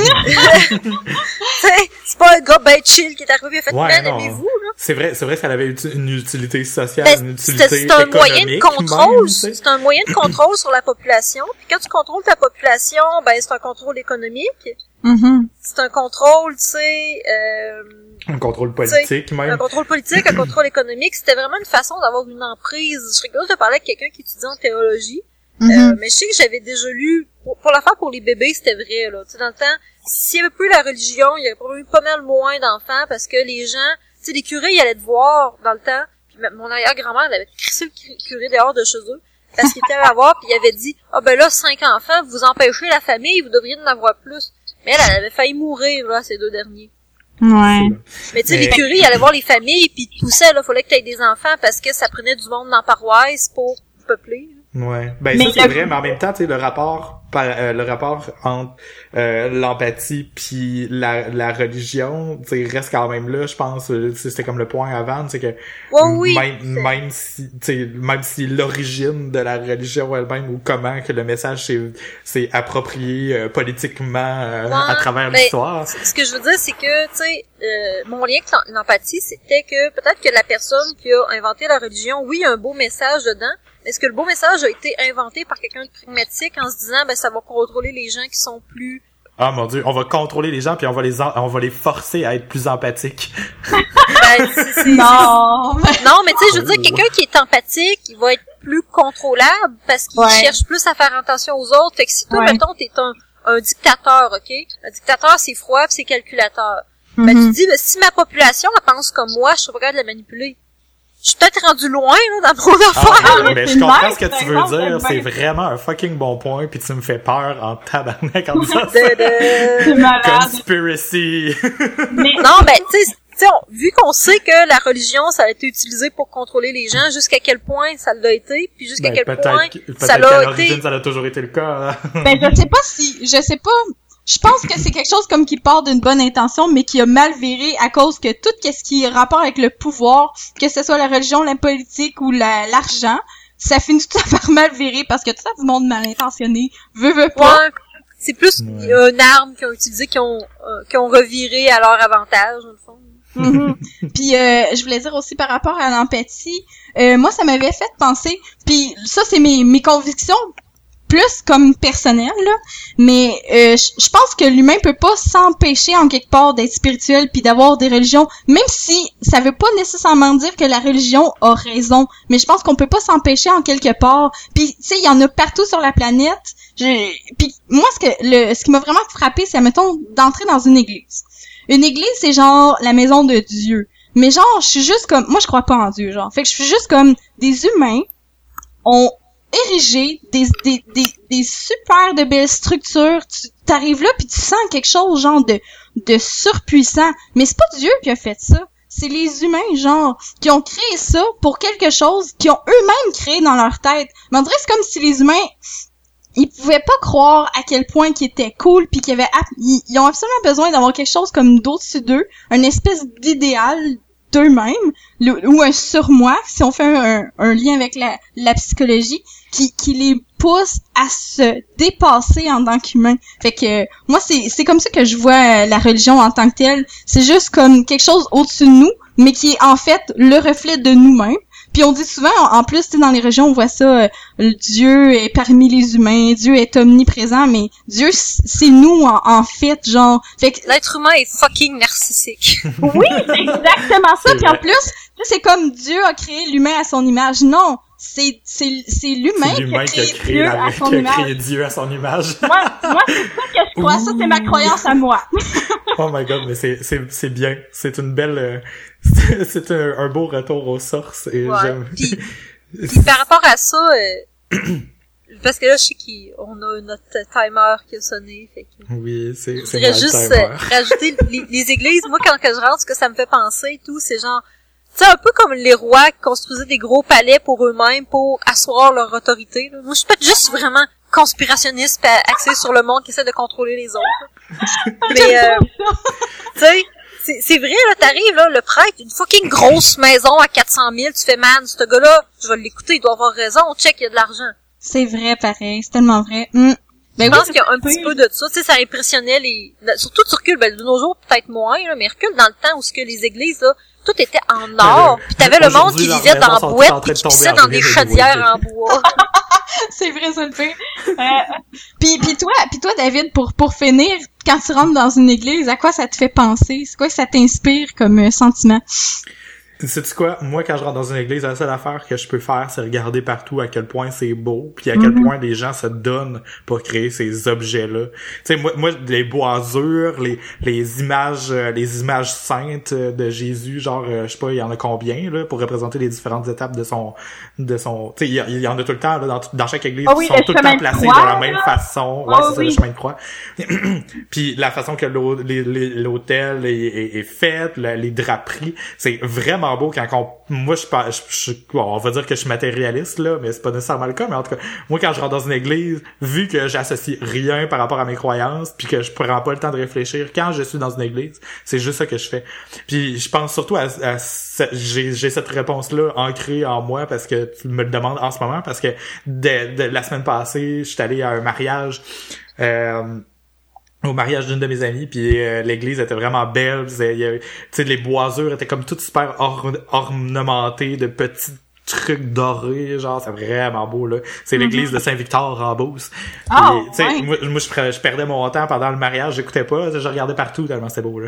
A: C'est pas un gars ben chill qui est arrivé et a fait aimez-vous, là.
B: C'est vrai, ça avait une utilité sociale, une utilité
A: c'est un moyen de contrôle,
B: même,
A: c'est un moyen de contrôle sur la population. Puis quand tu contrôles ta population, ben c'est un contrôle économique.
C: Mm-hmm.
A: C'est un contrôle, tu sais,
B: un contrôle politique même.
A: Un contrôle politique, un contrôle économique. C'était vraiment une façon d'avoir une emprise. Je serais curieuse de parler avec quelqu'un qui étudie en théologie.
C: Mm-hmm.
A: Mais je sais que j'avais déjà lu, pour l'affaire pour les bébés, c'était vrai, là. Tu sais, dans le temps, s'il y avait plus la religion, il y aurait probablement eu pas mal moins d'enfants parce que les gens, tu sais, les curés, ils allaient te voir dans le temps. Puis mon arrière-grand-mère, elle avait crissé le curé dehors de chez eux parce qu'il était allé la voir puis il avait dit, ben là, 5 enfants, vous empêchez la famille, vous devriez en avoir plus. Mais elle avait failli mourir, là, ces 2 derniers.
C: Ouais.
A: Mais tu sais, les curés, ils allaient voir les familles, puis ils poussaient, là, fallait que t'aies des enfants parce que ça prenait du monde dans la paroisse pour peupler.
B: Ouais. Ben, ça, c'est vrai, mais en même temps, tu sais, le rapport entre, l'empathie puis la religion, tu sais, reste quand même là, je pense, c'était comme le point avant, c'est que, même si l'origine de la religion elle-même ou comment que le message s'est approprié, politiquement, à travers l'histoire.
A: Ce que je veux dire, c'est que, tu sais, mon lien avec l'empathie, c'était que peut-être que la personne qui a inventé la religion, oui, il y a un beau message dedans, est-ce que le beau message a été inventé par quelqu'un de pragmatique en se disant, ben, ça va contrôler les gens qui sont plus...
B: Ah, mon Dieu, on va contrôler les gens puis on va les forcer à être plus empathiques.
C: Non,
A: mais tu sais, je veux dire, quelqu'un qui est empathique, il va être plus contrôlable parce qu'il cherche plus à faire attention aux autres. Fait que si toi, mettons, t'es un dictateur, ok? Un dictateur, c'est froid pis c'est calculateur.
C: Mm-hmm.
A: Ben, tu dis, ben, si ma population, elle pense comme moi, je suis pas capable de la manipuler. Je suis peut-être rendu loin, là, dans mon affaire.
B: Mais je comprends ce que tu veux dire. C'est vraiment un fucking bon point, puis tu me fais peur en tabarnak en disant ça. Conspiracy.
A: Non, ben, tu sais, vu qu'on sait que la religion, ça a été utilisé pour contrôler les gens, jusqu'à quel point ça l'a été, puis jusqu'à quel point ça l'a été.
B: L'origine, ça a toujours été le cas.
C: Ben, je sais pas. Je pense que c'est quelque chose comme qui part d'une bonne intention, mais qui a mal viré à cause que tout ce qui est rapport avec le pouvoir, que ce soit la religion, la politique ou l'argent, ça finit tout à faire mal virer parce que tout ça du monde mal intentionné veut pas.
A: Ouais, c'est plus une arme qu'ils ont utilisée, qui ont reviré à leur avantage, dans le fond.
C: Mm-hmm. Puis je voulais dire aussi par rapport à l'empathie, moi ça m'avait fait penser, puis ça c'est mes convictions plus comme personnel, là, mais je pense que l'humain peut pas s'empêcher en quelque part d'être spirituel puis d'avoir des religions, même si ça veut pas nécessairement dire que la religion a raison, mais je pense qu'on peut pas s'empêcher en quelque part. Puis tu sais, il y en a partout sur la planète. Puis moi ce qui m'a vraiment frappé, c'est mettons d'entrer dans une église. Une église, c'est genre la maison de Dieu. Mais genre, je suis juste comme moi je crois pas en Dieu, genre. Fait que je suis juste comme des humains ont érigé des super de belles structures. Tu t'arrives là puis tu sens quelque chose genre de surpuissant, mais c'est pas Dieu qui a fait ça, c'est les humains genre qui ont créé ça pour quelque chose qu'ils ont eux-mêmes créé dans leur tête. Mais on dirait que c'est comme si les humains ils pouvaient pas croire à quel point qu'ils étaient cool puis qu'ils avaient ils ont absolument besoin d'avoir quelque chose comme d'au-dessus d'eux, une espèce d'idéal d'eux-mêmes ou un surmoi, si on fait un lien avec la psychologie, qui les pousse à se dépasser en tant qu'humains. Fait que moi c'est comme ça que je vois la religion en tant que telle. C'est juste comme quelque chose au-dessus de nous, mais qui est en fait le reflet de nous-mêmes. Puis on dit souvent, en plus, tu sais, dans les régions, on voit ça, Dieu est parmi les humains, Dieu est omniprésent, mais Dieu, c'est nous, en fait, genre... Fait que...
A: L'être humain est fucking narcissique.
C: Oui, c'est exactement ça. Puis en plus, c'est comme Dieu a créé l'humain à son image. Non, c'est l'humain qui a créé Dieu à son image.
B: Qui a créé Dieu à son image.
C: Moi, c'est ça que je crois. Ça, c'est ma croyance à moi.
B: Oh my god, mais c'est bien. C'est une belle... c'est un beau retour aux sources et j'aime.
A: Puis par rapport à ça, parce que là, je sais qu'on a notre timer qui a sonné, fait que...
B: Oui, c'est
A: je voudrais juste rajouter les églises. Moi, quand je rentre, ce que ça me fait penser et tout, c'est genre, tu sais, un peu comme les rois qui construisaient des gros palais pour eux-mêmes pour asseoir leur autorité. Là. Moi, je suis pas juste vraiment conspirationniste pis axé sur le monde qui essaie de contrôler les autres. Mais, tu sais, c'est vrai, là, t'arrives, là, le prêtre, une fucking grosse maison à 400 000, tu fais, man, ce gars-là, je vais l'écouter, il doit avoir raison, check, il y a de l'argent.
C: C'est vrai, pareil, c'est tellement vrai.
A: Ben je pense qu'il y a un petit peu de ça, tu sais, ça impressionnait surtout tu recules, ben, de nos jours, peut-être moins, là, mais recule dans le temps où ce que les églises, là, tout était en or, pis t'avais le monde qui vivait dans boîte pis qui pissait dans des chaudières en bois.
C: C'est vrai, ça le fait. Puis toi, David, pour finir, quand tu rentres dans une église, à quoi ça te fait penser? C'est quoi que ça t'inspire comme sentiment?
B: Sais-tu quoi? Moi, quand je rentre dans une église, la seule affaire que je peux faire, c'est regarder partout à quel point c'est beau, puis à quel point les gens se donnent pour créer ces objets-là. Tu sais, moi, les boisures, les images saintes de Jésus, genre, je sais pas, il y en a combien, là, pour représenter les différentes étapes de son, tu sais, il y en a tout le temps, là, dans chaque église, ils sont tout le temps placés de la même façon. Ouais, c'est ça, le chemin de croix. Puis la façon que l'hôtel est fait, les draperies, c'est vraiment beau quand moi on va dire que je suis matérialiste là, mais c'est pas nécessairement le cas, mais en tout cas moi quand je rentre dans une église, vu que j'associe rien par rapport à mes croyances puis que je prends pas le temps de réfléchir quand je suis dans une église, c'est juste ça que je fais. Puis je pense surtout j'ai cette réponse là ancrée en moi parce que tu me le demandes en ce moment, parce que de la semaine passée je suis allé à un mariage au mariage d'une de mes amies, puis l'église était vraiment belle, tu sais, les boisures étaient comme toutes super ornementées de petits trucs dorés, genre c'est vraiment beau là. C'est l'église de Saint-Victor en Beauce.
C: Oh,
B: tu sais, moi je perdais mon temps pendant le mariage, j'écoutais pas, je regardais partout tellement c'était beau là.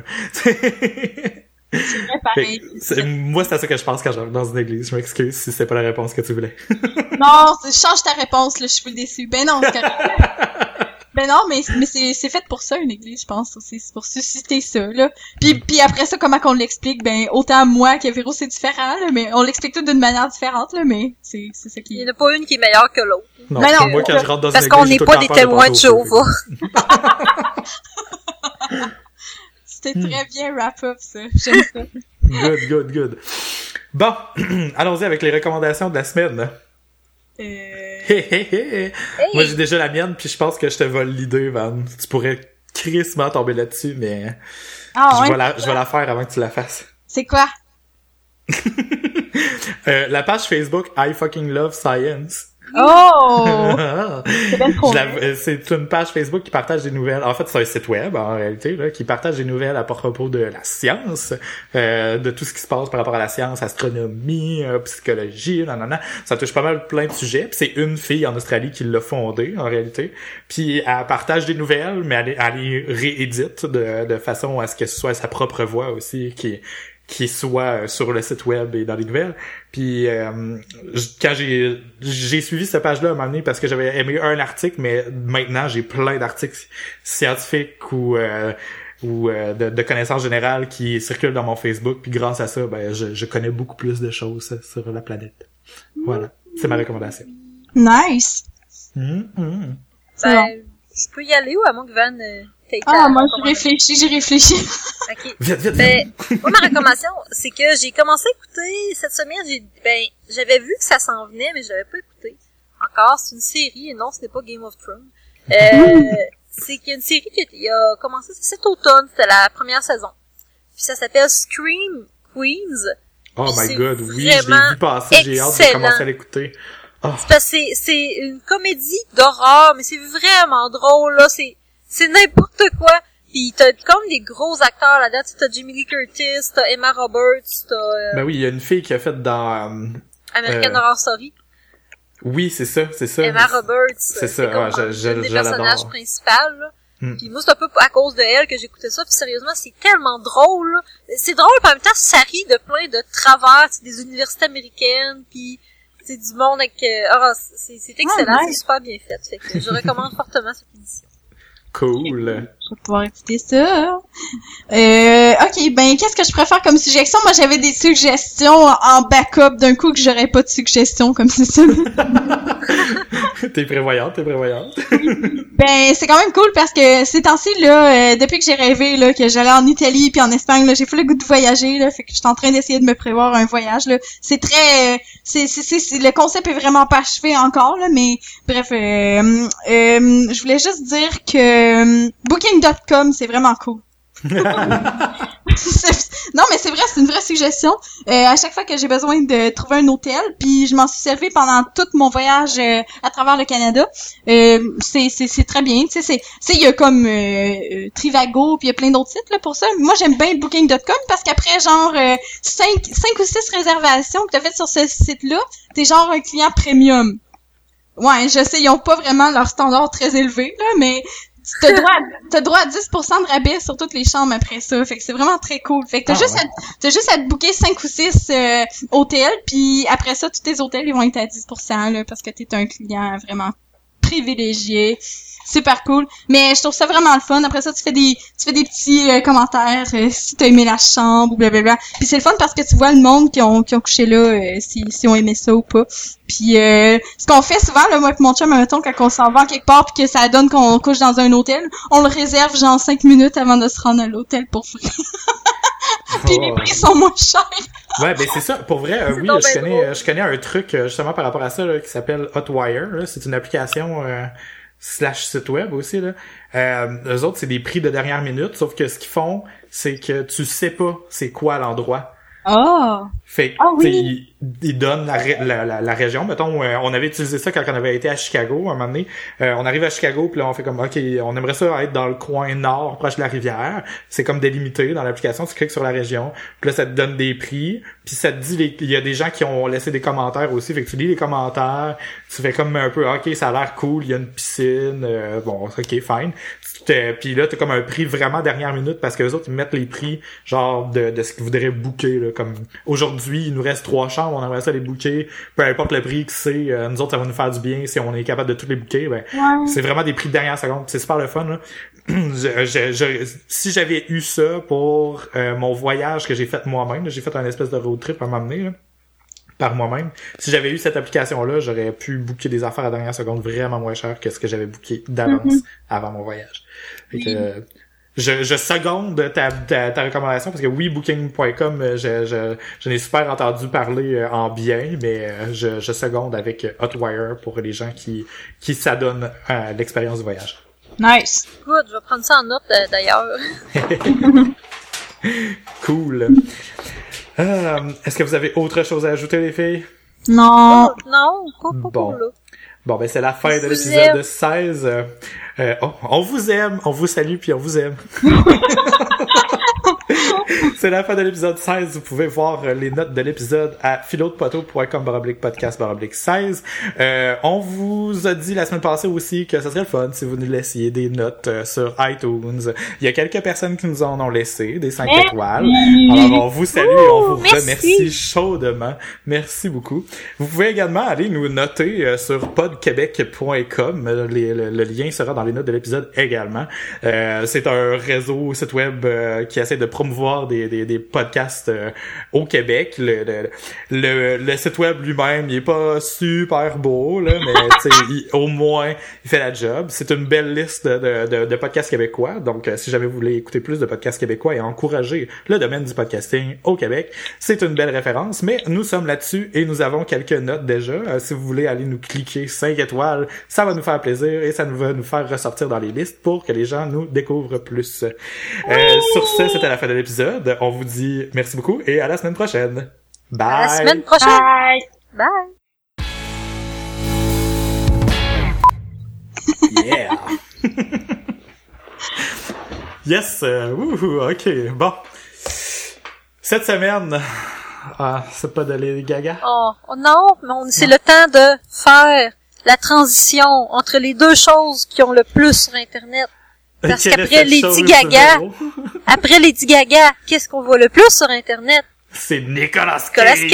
C: Pareil.
B: Moi c'est à ça que je pense quand j'arrive dans une église. Je m'excuse si c'est pas la réponse que tu voulais.
C: Non, change ta réponse là, je suis plus déçue. Ben non, c'est correct. Ben non, mais c'est fait pour ça, une église, je pense aussi. C'est pour susciter ça, là. Puis après ça, comment qu'on l'explique? Ben, autant moi que Véro, c'est différent, là, mais on l'explique tout d'une manière différente, là, mais c'est ça qui...
A: Il n'y en a pas une qui est meilleure que l'autre.
B: Non, ben non, moi, quand je rentre dans une église,
A: parce qu'on n'est pas des témoins de Jéhovah.
C: C'était très bien wrap-up, ça. J'aime ça.
B: Good. Bon, allons-y avec les recommandations de la semaine. Hey. Moi j'ai déjà la mienne, puis je pense que je te vole l'idée, Van. Tu pourrais crissement tomber là-dessus, mais je vais la faire avant que tu la fasses.
C: C'est quoi?
B: La page Facebook I Fucking Love Science.
C: Oh!
B: C'est une page Facebook qui partage des nouvelles. En fait, c'est un site web, en réalité, là, qui partage des nouvelles à propos de la science, de tout ce qui se passe par rapport à la science, astronomie, psychologie, nanana. Ça touche pas mal plein de sujets. Puis c'est une fille en Australie qui l'a fondé, en réalité. Puis elle partage des nouvelles, mais elle les réédite de façon à ce que ce soit sa propre voix aussi, qui soit sur le site web et dans les nouvelles. Puis quand j'ai suivi cette page-là à un moment donné parce que j'avais aimé un article, mais maintenant j'ai plein d'articles scientifiques ou de connaissances générales qui circulent dans mon Facebook, puis grâce à ça, ben je connais beaucoup plus de choses sur la planète. Voilà, c'est ma recommandation.
C: Nice.
A: Ben, je peux y aller ou à moins que Van
C: moi j'ai réfléchi.
A: Ok.
B: Vite.
A: Ben, moi, ma recommandation, c'est que j'ai commencé à écouter cette semaine, j'avais vu que ça s'en venait, mais je l'avais pas écouté. encore, c'est une série, et non, ce n'est pas Game of Thrones. C'est qu'il y a une série qui a commencé cet automne, c'était la première saison. Puis ça s'appelle Scream Queens.
B: Oh my god, oui, je l'ai vu passer, j'ai hâte de commencer à l'écouter. Oh.
A: C'est une comédie d'horreur, mais c'est vraiment drôle, là, c'est n'importe quoi. Pis t'as comme des gros acteurs là-dedans, t'as Jamie Lee Curtis, t'as Emma Roberts, t'as...
B: Ben oui, il y a une fille qui a fait dans...
A: American Horror Story.
B: Oui, c'est ça.
A: Emma Roberts.
B: C'est ça, ouais,
A: je des personnages principaux, là. Puis moi, c'est un peu à cause de elle que j'écoutais ça, puis sérieusement, c'est tellement drôle, là. C'est drôle, pis en même temps, ça rit de plein de travers, des universités américaines, puis c'est du monde avec... c'est excellent, c'est super bien fait. Fait que je recommande fortement cette édition.
B: Cool.
C: Je vais pouvoir écouter ça. Ok, ben qu'est-ce que je préfère comme suggestion? Moi, j'avais des suggestions en backup d'un coup que j'aurais pas de suggestions comme c'est ça.
B: T'es prévoyante.
C: Ben, c'est quand même cool parce que ces temps-ci, là, depuis que j'ai rêvé, là, que j'allais en Italie puis en Espagne, là, j'ai fait le goût de voyager, là, fait que je suis en train d'essayer de me prévoir un voyage, là. C'est très, le concept est vraiment pas achevé encore, là, mais bref, je voulais juste dire que Booking.com, c'est vraiment cool. Non, mais c'est vrai, c'est une vraie suggestion. À chaque fois que j'ai besoin de trouver un hôtel, puis je m'en suis servi pendant tout mon voyage à travers le Canada. C'est très bien, tu sais, il y a comme Trivago, puis il y a plein d'autres sites là pour ça. Moi, j'aime bien Booking.com parce qu'après genre 5 ou 6 réservations que t'as faites sur ce site-là, t'es genre un client premium. Ouais, je sais, ils ont pas vraiment leur standard très élevé là, mais t'as droit à 10% de rabais sur toutes les chambres après ça. Fait que c'est vraiment très cool. Fait que t'as juste à te booker 5 ou 6 hôtels, puis après ça, tous tes hôtels, ils vont être à 10%, là, parce que t'es un client vraiment privilégié. Super cool. Mais je trouve ça vraiment le fun. Après ça, tu fais des petits commentaires si t'as aimé la chambre ou blablabla. Puis c'est le fun parce que tu vois le monde qui ont couché là, si on aimait ça ou pas. Puis ce qu'on fait souvent, là, moi et mon chum, mettons, quand on s'en va quelque part puis que ça donne qu'on couche dans un hôtel, on le réserve genre 5 minutes avant de se rendre à l'hôtel pour free. Puis les prix sont moins chers.
B: Ouais, ben c'est ça. Pour vrai, oui, je connais un truc justement par rapport à ça là, qui s'appelle Hotwire. Là. C'est une application / site web aussi là. Eux autres, c'est des prix de dernière minute, sauf que ce qu'ils font, c'est que tu sais pas c'est quoi l'endroit.
C: Oh.
B: Fait que oui. Ils donnent la région. Mettons, on avait utilisé ça quand on avait été à Chicago, un moment donné. On arrive à Chicago, puis là, on fait comme, OK, on aimerait ça être dans le coin nord, proche de la rivière. C'est comme délimité dans l'application. Tu cliques sur la région, puis là, ça te donne des prix. Puis ça te dit, il y a des gens qui ont laissé des commentaires aussi. Fait que tu lis les commentaires, tu fais comme un peu, OK, ça a l'air cool, il y a une piscine. Bon, OK, fine. Puis là, t'as comme un prix vraiment dernière minute parce que les autres, ils mettent les prix genre de ce qu'ils voudraient booker. Là, comme aujourd'hui, il nous reste 3 chambres, on aimerait ça les booker. Peu importe le prix que c'est, nous autres, ça va nous faire du bien si on est capable de tous les booker. Ben, c'est vraiment des prix de dernière seconde. C'est super le fun. Là. Si j'avais eu ça pour mon voyage que j'ai fait moi-même, là, j'ai fait un espèce de road trip à un moment donné, là, par moi-même. Si j'avais eu cette application-là, j'aurais pu booker des affaires à dernière seconde vraiment moins cher que ce que j'avais booké d'avance avant mon voyage. Fait que, je seconde ta recommandation parce que oui, Booking.com, je n'ai super entendu parler en bien, mais je seconde avec Hotwire pour les gens qui s'adonnent à l'expérience du voyage.
C: Nice.
A: Good, je vais prendre ça en note d'ailleurs.
B: Cool. Est-ce que vous avez autre chose à ajouter, les filles?
C: Non.
A: Non, pas
B: bon.
A: là.
B: Bon, ben c'est la fin de l'épisode 16. On vous aime, on vous salue, puis on vous aime. C'est la fin de l'épisode 16. Vous pouvez voir les notes de l'épisode à philodepoteau.com/podcast/16. On vous a dit la semaine passée aussi que ça serait le fun si vous nous laissiez des notes sur iTunes. Il y a quelques personnes qui nous en ont laissé, des 5 étoiles. Alors, on vous salue et on vous remercie chaudement. Merci beaucoup. Vous pouvez également aller nous noter sur podquebec.com. Le lien sera dans les notes de l'épisode également. C'est un réseau, site web qui essaie de promouvoir voir des podcasts au Québec. Le site web lui-même, il est pas super beau, là, mais tu sais, au moins, il fait la job. C'est une belle liste de podcasts québécois. Donc, si jamais vous voulez écouter plus de podcasts québécois et encourager le domaine du podcasting au Québec, c'est une belle référence. Mais nous sommes là-dessus et nous avons quelques notes déjà. Si vous voulez aller nous cliquer 5 étoiles, ça va nous faire plaisir et ça va nous faire ressortir dans les listes pour que les gens nous découvrent plus. Sur ce, c'était la fin de l'épisode. On vous dit merci beaucoup et à la semaine prochaine. Bye!
A: À la semaine prochaine!
C: Bye!
A: Bye!
B: Yeah! Yes! OK. Bon. Cette semaine... c'est pas de Lady Gaga?
A: Oh non, mais c'est le temps de faire la transition entre les deux choses qui ont le plus sur Internet. Parce qu'après Lady Gaga, qu'est-ce qu'on voit le plus sur Internet?
B: C'est Nicolas Cage!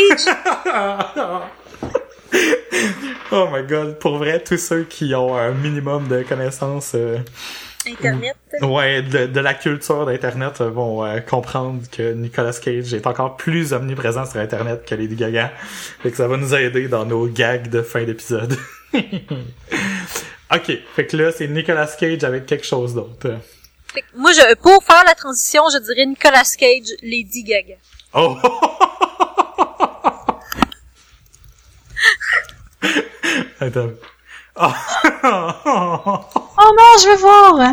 B: Oh my god, pour vrai, tous ceux qui ont un minimum de connaissances
A: Internet.
B: Ouais, de la culture d'Internet vont comprendre que Nicolas Cage est encore plus omniprésent sur Internet que Lady Gaga. Fait que ça va nous aider dans nos gags de fin d'épisode. OK, fait que là, c'est Nicolas Cage avec quelque chose d'autre.
A: Fait que moi, pour faire la transition, je dirais Nicolas Cage, Lady Gaga.
B: Oh! Attends. Oh.
C: Oh non, je veux voir!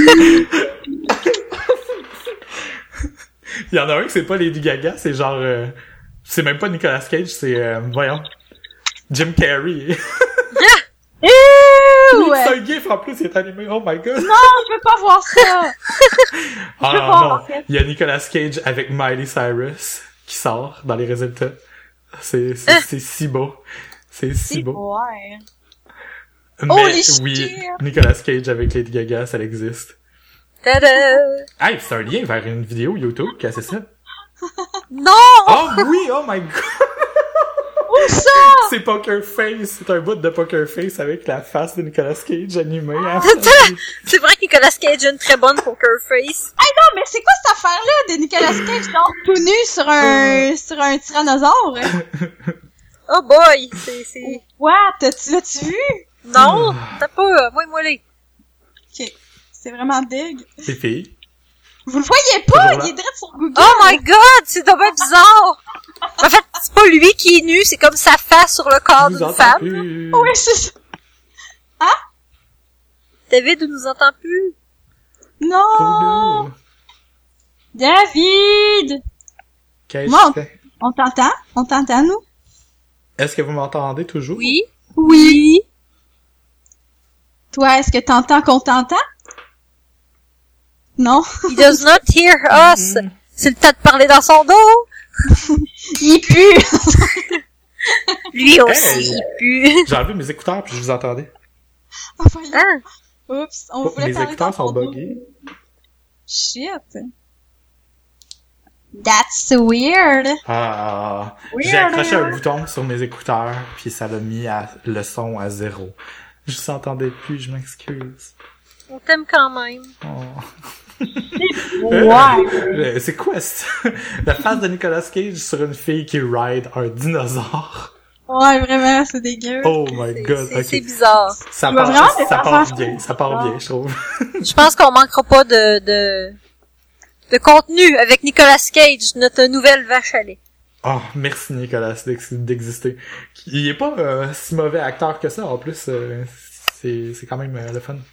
B: Il y en a un que c'est pas Lady Gaga, c'est genre... c'est même pas Nicolas Cage, c'est... voyons... Jim Carrey.
C: Ouais.
B: C'est un gif en plus, il est animé. Oh my god.
C: Non, je veux pas voir ça!
B: Non. Il y a Nicolas Cage avec Miley Cyrus qui sort dans les résultats. C'est si beau. C'est si beau.
C: Ouais.
B: Mais oui, Nicolas Cage avec Lady Gaga, ça existe.
A: Tada!
B: Hey, c'est un lien vers une vidéo YouTube, qu'est-ce que c'est ça?
A: Non!
B: Oh oui, oh my god!
C: Où ça?
B: C'est Poker Face, c'est un bout de Poker Face avec la face de Nicolas Cage animé. Hein?
A: C'est vrai que Nicolas Cage a une très bonne Poker Face.
C: Hey non, mais c'est quoi cette affaire-là de Nicolas Cage tout nu sur un tyrannosaure?
A: Oh boy, c'est...
C: What? L'as-tu vu?
A: Non, t'as pas, moi les.
C: Ok, c'est vraiment deg.
B: C'est filles.
C: Vous le voyez pas? Il est direct sur Google.
A: Oh my god, c'est dommage bizarre. En fait, c'est pas lui qui est nu, c'est comme sa face sur le corps d'une femme.
C: Oui, c'est ça. Hein?
A: David ne nous entend plus.
C: Non!
B: Oh no.
C: David!
B: Qu'est-ce
C: Moi,
B: que c'est?
C: on t'entend? On t'entend, nous?
B: Est-ce que vous m'entendez toujours?
A: Oui.
C: Oui. Toi, est-ce que t'entends qu'on t'entend? Non?
A: He does not hear us. C'est le temps de parler dans son dos.
C: Il pue!
A: Lui aussi, il pue.
B: J'ai enlevé mes écouteurs puis je vous entendais.
C: Ah, voyons.
A: Hein?
C: Oups, on voulait
B: Mes
C: parler
B: écouteurs
C: dans
B: sont
C: son dos.
B: buggés.
C: Shit. That's weird.
B: Ah,
C: Oui,
B: j'ai accroché
C: alors.
B: un bouton sur mes écouteurs puis ça l'a mis le son à 0. Je vous entendais plus, je m'excuse.
A: On t'aime quand même.
B: Oh.
C: Ouais.
B: C'est quoi ça? La face de Nicolas Cage sur une fille qui ride un dinosaure.
C: Ouais, vraiment, c'est dégueu.
B: Oh my god, ok.
A: C'est bizarre.
B: Ça
C: Tu vas
B: part,
C: vraiment
B: ça
C: les faire
B: part
C: faire
B: bien, ça part bien, je trouve.
A: Je pense qu'on manquera pas de contenu avec Nicolas Cage, notre nouvelle vache à lait.
B: Oh, merci Nicolas d'exister. Il est pas si mauvais acteur que ça, en plus, c'est quand même le fun.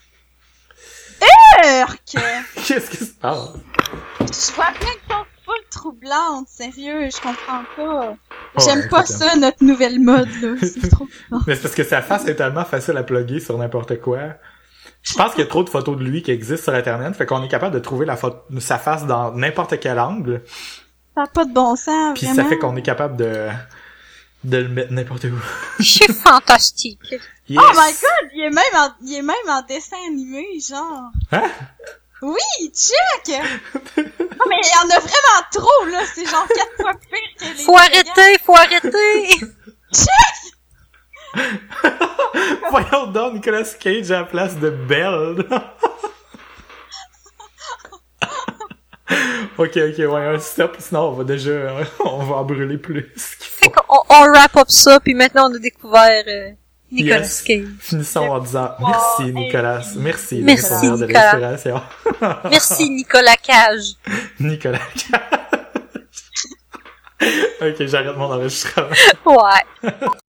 B: Qu'est-ce qui se passe?
C: Je vois plein de choses full troublantes, sérieux, je comprends pas.
B: Oh,
C: J'aime
B: ouais,
C: pas
B: c'est
C: ça, notre nouvelle mode, là. C'est trop bizarre.
B: Mais c'est parce que sa face est tellement facile à plugger sur n'importe quoi. Je pense qu'il y a trop de photos de lui qui existent sur Internet, fait qu'on est capable de trouver sa face dans n'importe quel angle.
C: Ça n'a pas de bon sens,
B: Puis
C: vraiment.
B: ça fait qu'on est capable de le mettre n'importe où.
A: C'est fantastique.
B: Yes!
C: Oh my god, il est même en dessin animé, genre.
B: Hein?
C: Oui, check! Oh, mais il y en a vraiment trop, là. C'est genre 4 fois pire que les...
A: Faut arrêter!
C: Check!
B: Voyons donc Nicolas Cage à la place de Belle. Ok, ouais, un stop, sinon on va en brûler plus.
A: Fait qu'on wrap up ça, puis maintenant on a découvert Nicolas Cage.
B: Finissons en disant merci Nicolas, merci
A: Nicolas.
B: de l'inspiration.
A: Merci Nicolas Cage.
B: Nicolas Cage. Ok, j'arrête mon enregistrement.
A: Ouais.